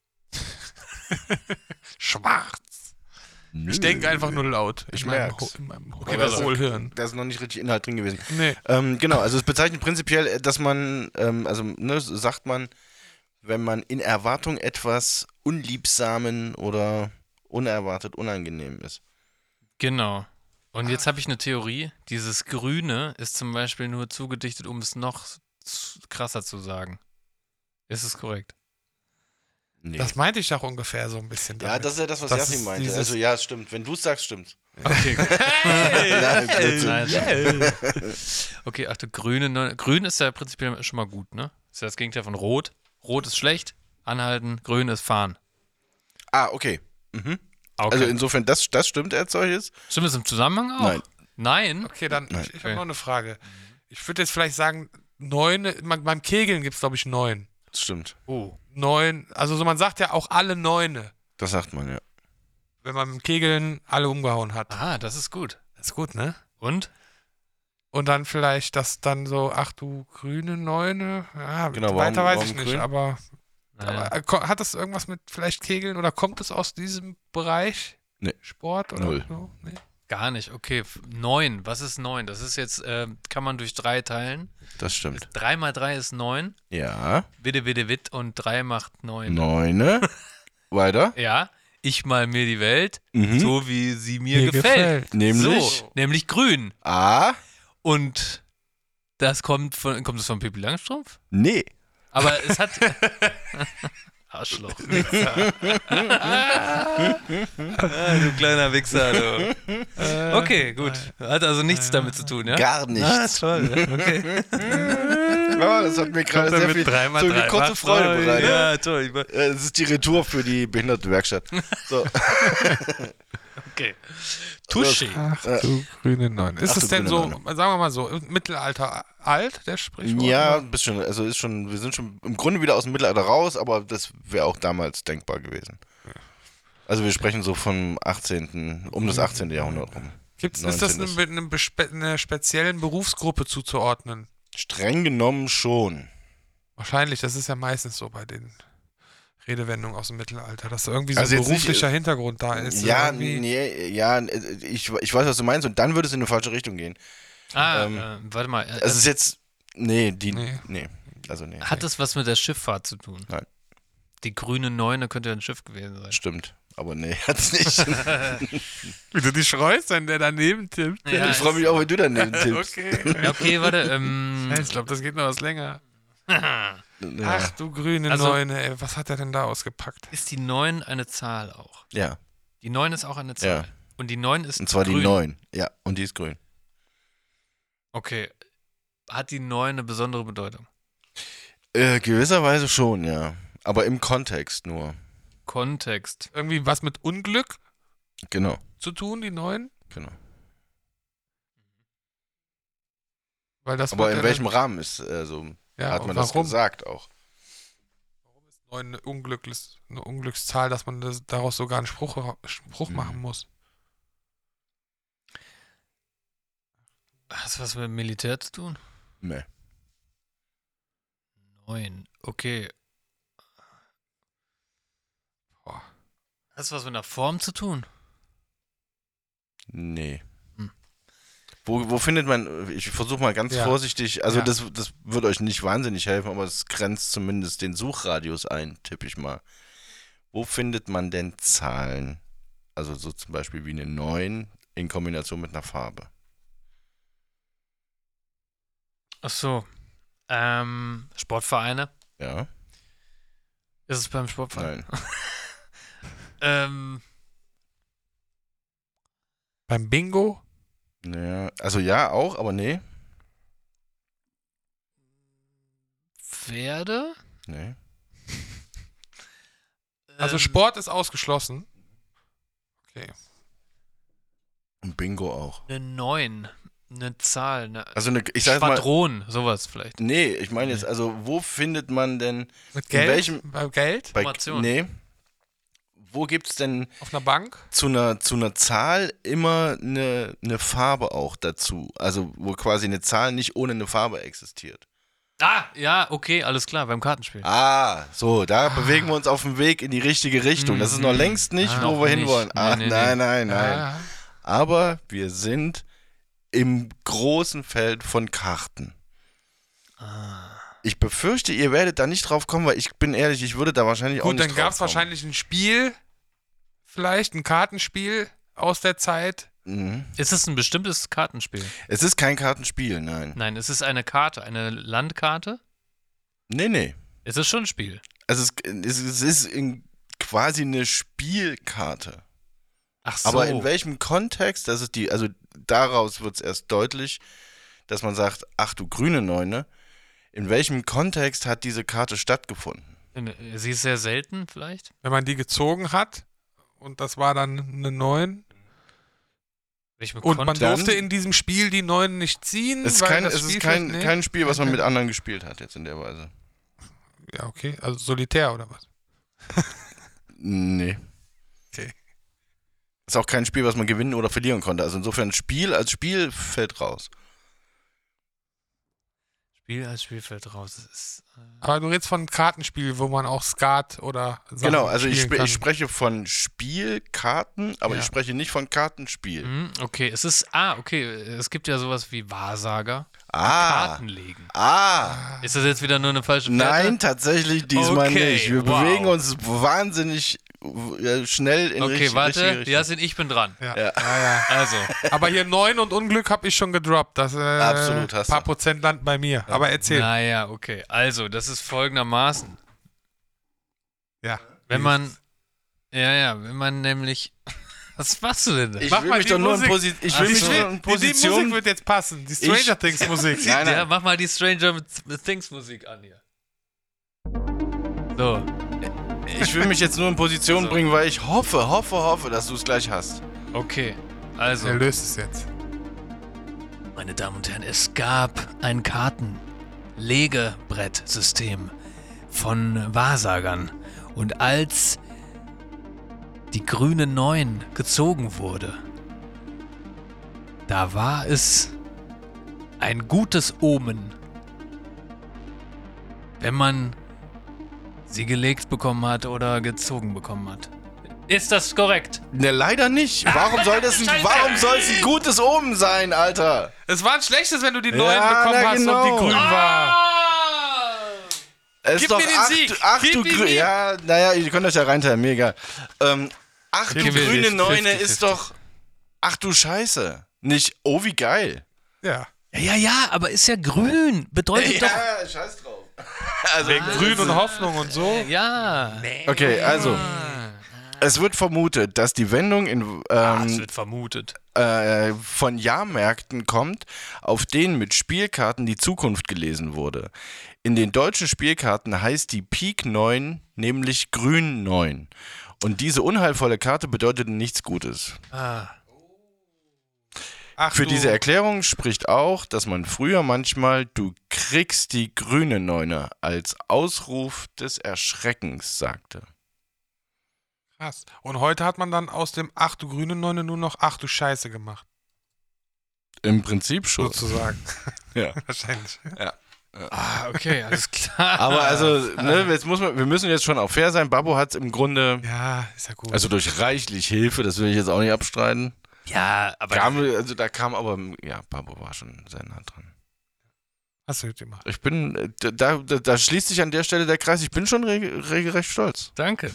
Schwarz. Ich denke einfach nur laut. Ich in meinem merk's. in meinem Okay, das ist- Hohlhirn. Da ist noch nicht richtig Inhalt drin gewesen. Nee. Genau, also es bezeichnet prinzipiell, dass man, sagt man, wenn man in Erwartung etwas Unliebsamen oder unerwartet unangenehm ist. Genau. Und jetzt habe ich eine Theorie. Dieses Grüne ist zum Beispiel nur zugedichtet, um es noch krasser zu sagen. Ist es korrekt? Nee. Das meinte ich doch ungefähr so ein bisschen. Ja, damit. das ist ja das, was Das Yassin ist meinte. dieses- Also ja, es stimmt. Wenn du es sagst, stimmt's. Okay, gut. Nein, Blödsinn. Nein. Okay, ach du Grün ist ja prinzipiell schon mal gut, ne? Ist ja das Gegenteil von Rot. Rot ist schlecht, anhalten, Grün ist fahren. Ah, okay. Mhm. Okay. Also insofern, das stimmt als solches. Stimmt das im Zusammenhang auch? Nein. Nein? Okay, dann, Nein. ich habe noch eine Frage. Ich würde jetzt vielleicht sagen, 9, beim Kegeln gibt es, glaube ich, 9. Das stimmt. Oh. 9, also so, man sagt ja auch alle 9, Das sagt man, ja. wenn man im Kegeln alle umgehauen hat. Ah, das ist gut. Das ist gut, ne? Und? Und dann vielleicht das dann so, ach du grüne 9, ja, Genau, weiter warum- weiß ich warum nicht, grün? aber Naja. hat das irgendwas mit vielleicht Kegeln oder kommt es aus diesem Bereich? Nee. Sport oder Null. so? Nee. Gar nicht, okay. 9, was ist 9? Das ist jetzt, kann man durch 3 teilen. Das stimmt. 3 mal 3 ist 9. Ja. Witte, witte, witt und 3 macht 9. 9. Weiter. Ja, ich mal mir die Welt, Mhm. so wie sie mir Mir gefällt. Nämlich? So, nämlich grün. A. Und das kommt es von Pippi Langstrumpf? Nee. Aber es hat... Arschloch. Wichser. Du kleiner Wichser, du. Okay, gut. Hat also nichts damit zu tun, ja? Gar nichts. Toll. Okay. Ja, das hat mir gerade sehr viel so eine kurze Freude bereitet. Ja, toll. Das ist die Retour für die Behindertenwerkstatt. So. Okay. Tuschi. Ach du grüne Neun. Ist Ach, es du denn grüne so, sagen wir mal so, im Mittelalter alt, der Sprichwort? Ja, ein bisschen. Also wir sind schon im Grunde wieder aus dem Mittelalter raus, aber das wäre auch damals denkbar gewesen. Also wir sprechen so vom 18., um das 18. Jahrhundert rum. Ist das 19. einer speziellen Berufsgruppe zuzuordnen? Streng genommen schon. Wahrscheinlich, das ist ja meistens so bei den Redewendungen aus dem Mittelalter, dass da irgendwie so Also ein jetzt nicht, beruflicher Hintergrund da ist. Ja, irgendwie. nee, ja, ich weiß, was du meinst, und dann würde es in eine falsche Richtung gehen. Warte mal. Es ist jetzt, nee. Hat es was mit der Schifffahrt zu tun? Nein. Die grüne Neune könnte ja ein Schiff gewesen sein. Stimmt, aber nee, hat's nicht. Wie du dich freust, wenn der daneben tippt. Ja, Ich freue mich auch, wenn du daneben tippst. Okay. Ja, okay, warte. Ich glaube, das geht noch was länger. Ja. Ach du grüne Also- Neune, ey, was hat er denn da ausgepackt? Ist die 9 eine Zahl auch? Ja, Die 9 ist auch eine Zahl. Ja. Und die 9 ist und zwar grün. die 9. Ja, und die ist grün. Okay. Hat die 9 eine besondere Bedeutung? Gewisserweise schon, ja. Aber im Kontext nur. Kontext. Irgendwie was mit Unglück Genau, zu tun, die Neuen? genau. Weil das Aber wird in ja welchem dann- Rahmen ist so ja, hat und man das warum? gesagt auch? Warum ist 9 eine Unglückszahl, dass man daraus sogar einen Spruch Mhm. machen muss? Hat es was mit dem Militär zu tun? Nee. 9. Okay. Boah. Hat es was mit einer Form zu tun? Nee. Hm. Wo findet man, ich versuche mal ganz Ja. vorsichtig, also Ja. das wird euch nicht wahnsinnig helfen, aber es grenzt zumindest den Suchradius ein, tippe ich mal. Wo findet man denn Zahlen, also so zum Beispiel wie eine 9 in Kombination mit einer Farbe? Ach so. Sportvereine? Ja? Ist es beim Sportverein? Nein. Beim Bingo? Ja, also ja, auch, aber nee. Pferde? Nee. Also Sport ist ausgeschlossen. Okay. Und Bingo auch. Eine 9. Eine Zahl. Also ich sag mal, Schwadron, sowas vielleicht. nee, ich meine jetzt, also wo findet man denn, Mit Geld? welchem- Bei Geld? bei, Information. nee, wo gibt's denn Auf einer Bank? zu einer Zahl immer eine Farbe auch dazu? Also wo quasi eine Zahl nicht ohne eine Farbe existiert. Ah, ja, okay, alles klar, beim Kartenspiel. Ah, so, da bewegen wir uns auf dem Weg in die richtige Richtung. Das ist noch längst nicht, Ah, wo noch wir nicht. hinwollen. Nee, Ah, nee, nein. Ja. Aber wir sind im großen Feld von Karten. Ich befürchte, ihr werdet da nicht drauf kommen, weil ich bin ehrlich, ich würde da wahrscheinlich auch Gut, nicht dann drauf gab es kommen. wahrscheinlich ein Spiel, vielleicht ein Kartenspiel aus der Zeit. Mhm. Ist es ein bestimmtes Kartenspiel? Es ist kein Kartenspiel, nein. Nein, es ist eine Karte, eine Landkarte. Nee. Es ist schon ein Spiel. Also es ist quasi eine Spielkarte. Ach so. Aber in welchem Kontext, das ist also daraus wird es erst deutlich, dass man sagt, ach du grüne Neune, in welchem Kontext hat diese Karte stattgefunden? Sie ist sehr selten vielleicht? Wenn man die gezogen hat und das war dann eine 9 Welchem und man Kontext? durfte in diesem Spiel die 9 nicht ziehen. Es ist weil kein, das es ist Spielfeld- nee. kein Spiel, was man Okay. mit anderen gespielt hat jetzt in der Weise. Ja, okay. Also solitär oder was? Nee. Okay. Ist auch kein Spiel, was man gewinnen oder verlieren konnte. Also insofern Spiel als Spiel fällt raus. Spiel als Spielfeld raus. Das ist, Aber du redest von einem Kartenspiel, wo man auch Skat oder Sachen Genau, also ich spielen kann. spreche von Spielkarten, aber Ja. ich spreche nicht von Kartenspiel. okay, es gibt ja sowas wie Wahrsager. Ah, Karten legen. ist Ist das jetzt wieder nur eine falsche Fährte? Nein, tatsächlich diesmal Okay, nicht. Wir wow. bewegen uns wahnsinnig schnell in Okay, richtige warte. Richtung. Jasin, ich bin dran. Ja. Also, Aber hier 9 und Unglück habe ich schon gedroppt. Das, Absolut, hast paar du. Prozent landen bei mir. Aber erzähl. naja, okay. Also, das ist folgendermaßen. Ja. Wenn man nämlich. Was machst du denn da? Ich Mach will mal mich die doch nur in, Musik. ich will Ach mich so. nur in Die Musik Position. wird jetzt passen. Die Stranger Things Musik. Nein, Ja, nein. mach mal die Stranger Things Musik an hier. So. Ich will mich jetzt nur in Position So. bringen, weil ich hoffe, dass du es gleich hast. Okay. Also. Er löst es jetzt. Meine Damen und Herren, es gab ein Kartenlegebrettsystem von Wahrsagern. Und als die grüne 9 gezogen wurde, da war es ein gutes Omen, wenn man sie gelegt bekommen hat oder gezogen bekommen hat. Ist das korrekt? Ne, leider nicht. Warum soll es ein gutes Omen sein, Alter? Es war ein schlechtes, wenn du die 9 Ja, bekommen na hast genau. und die grün war. Es Gib ist doch mir den Sieg. Ach Gib du ihn Grüne. mir. Ja, naja, ihr könnt euch ja reinteilen, mir egal. Ach du Gib mir grüne den Neune 50-50. ist doch. Ach du Scheiße. Nicht, oh wie geil. Ja. Ja, aber ist ja grün. Bedeutet doch. Ja, scheiß drauf. Also, Wegen Grün und Hoffnung und so. Ja. okay, also. Es wird vermutet, dass die Wendung Es wird vermutet. von Jahrmärkten kommt, auf denen mit Spielkarten die Zukunft gelesen wurde. In den deutschen Spielkarten heißt die Pik 9 nämlich Grün 9. Und diese unheilvolle Karte bedeutet nichts Gutes. Ach, Für du. diese Erklärung spricht auch, dass man früher manchmal "Du kriegst die grüne Neune" als Ausruf des Erschreckens sagte. Krass. Und heute hat man dann aus dem Ach du grüne Neune nur noch Ach du Scheiße gemacht. Im Prinzip schon. Sozusagen. Ja. Wahrscheinlich. Okay, alles klar. Aber also, ne, wir müssen jetzt schon auch fair sein. Babbo hat es im Grunde, Ja, ist ja gut. also durch reichlich Hilfe, das will ich jetzt auch nicht abstreiten. Ja, aber Babbo war schon sehr nah dran. Hast du gut gemacht. Ich bin, da schließt sich an der Stelle der Kreis, ich bin schon regelrecht stolz. danke.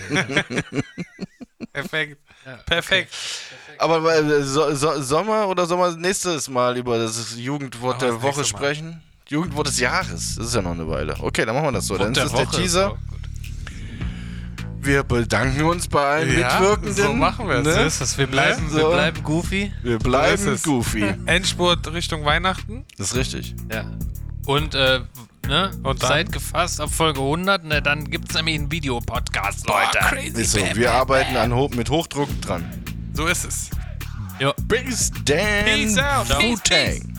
Perfekt. Ja, Perfekt. Aber sollen wir nächstes Mal über das Jugendwort Machen wir der das Woche nächste Mal. sprechen? Jugendwort des Jahres, das ist ja noch eine Weile. Okay, dann machen wir das so. Dann ist das der Woche Teaser. so, gut. Wir bedanken uns bei allen Ja, Mitwirkenden. so machen wir es. Ne? So ist es. Wir bleiben goofy. Wir So bleiben ist es. goofy. Endspurt Richtung Weihnachten. Das ist richtig. Ja. Und, Und dann? seid gefasst auf Folge 100, ne, dann gibt's nämlich einen Videopodcast, Leute. Crazy. Ist so, wir arbeiten mit Hochdruck dran. So ist es. Ja. Bis dann. Peace out. Wu-Tang.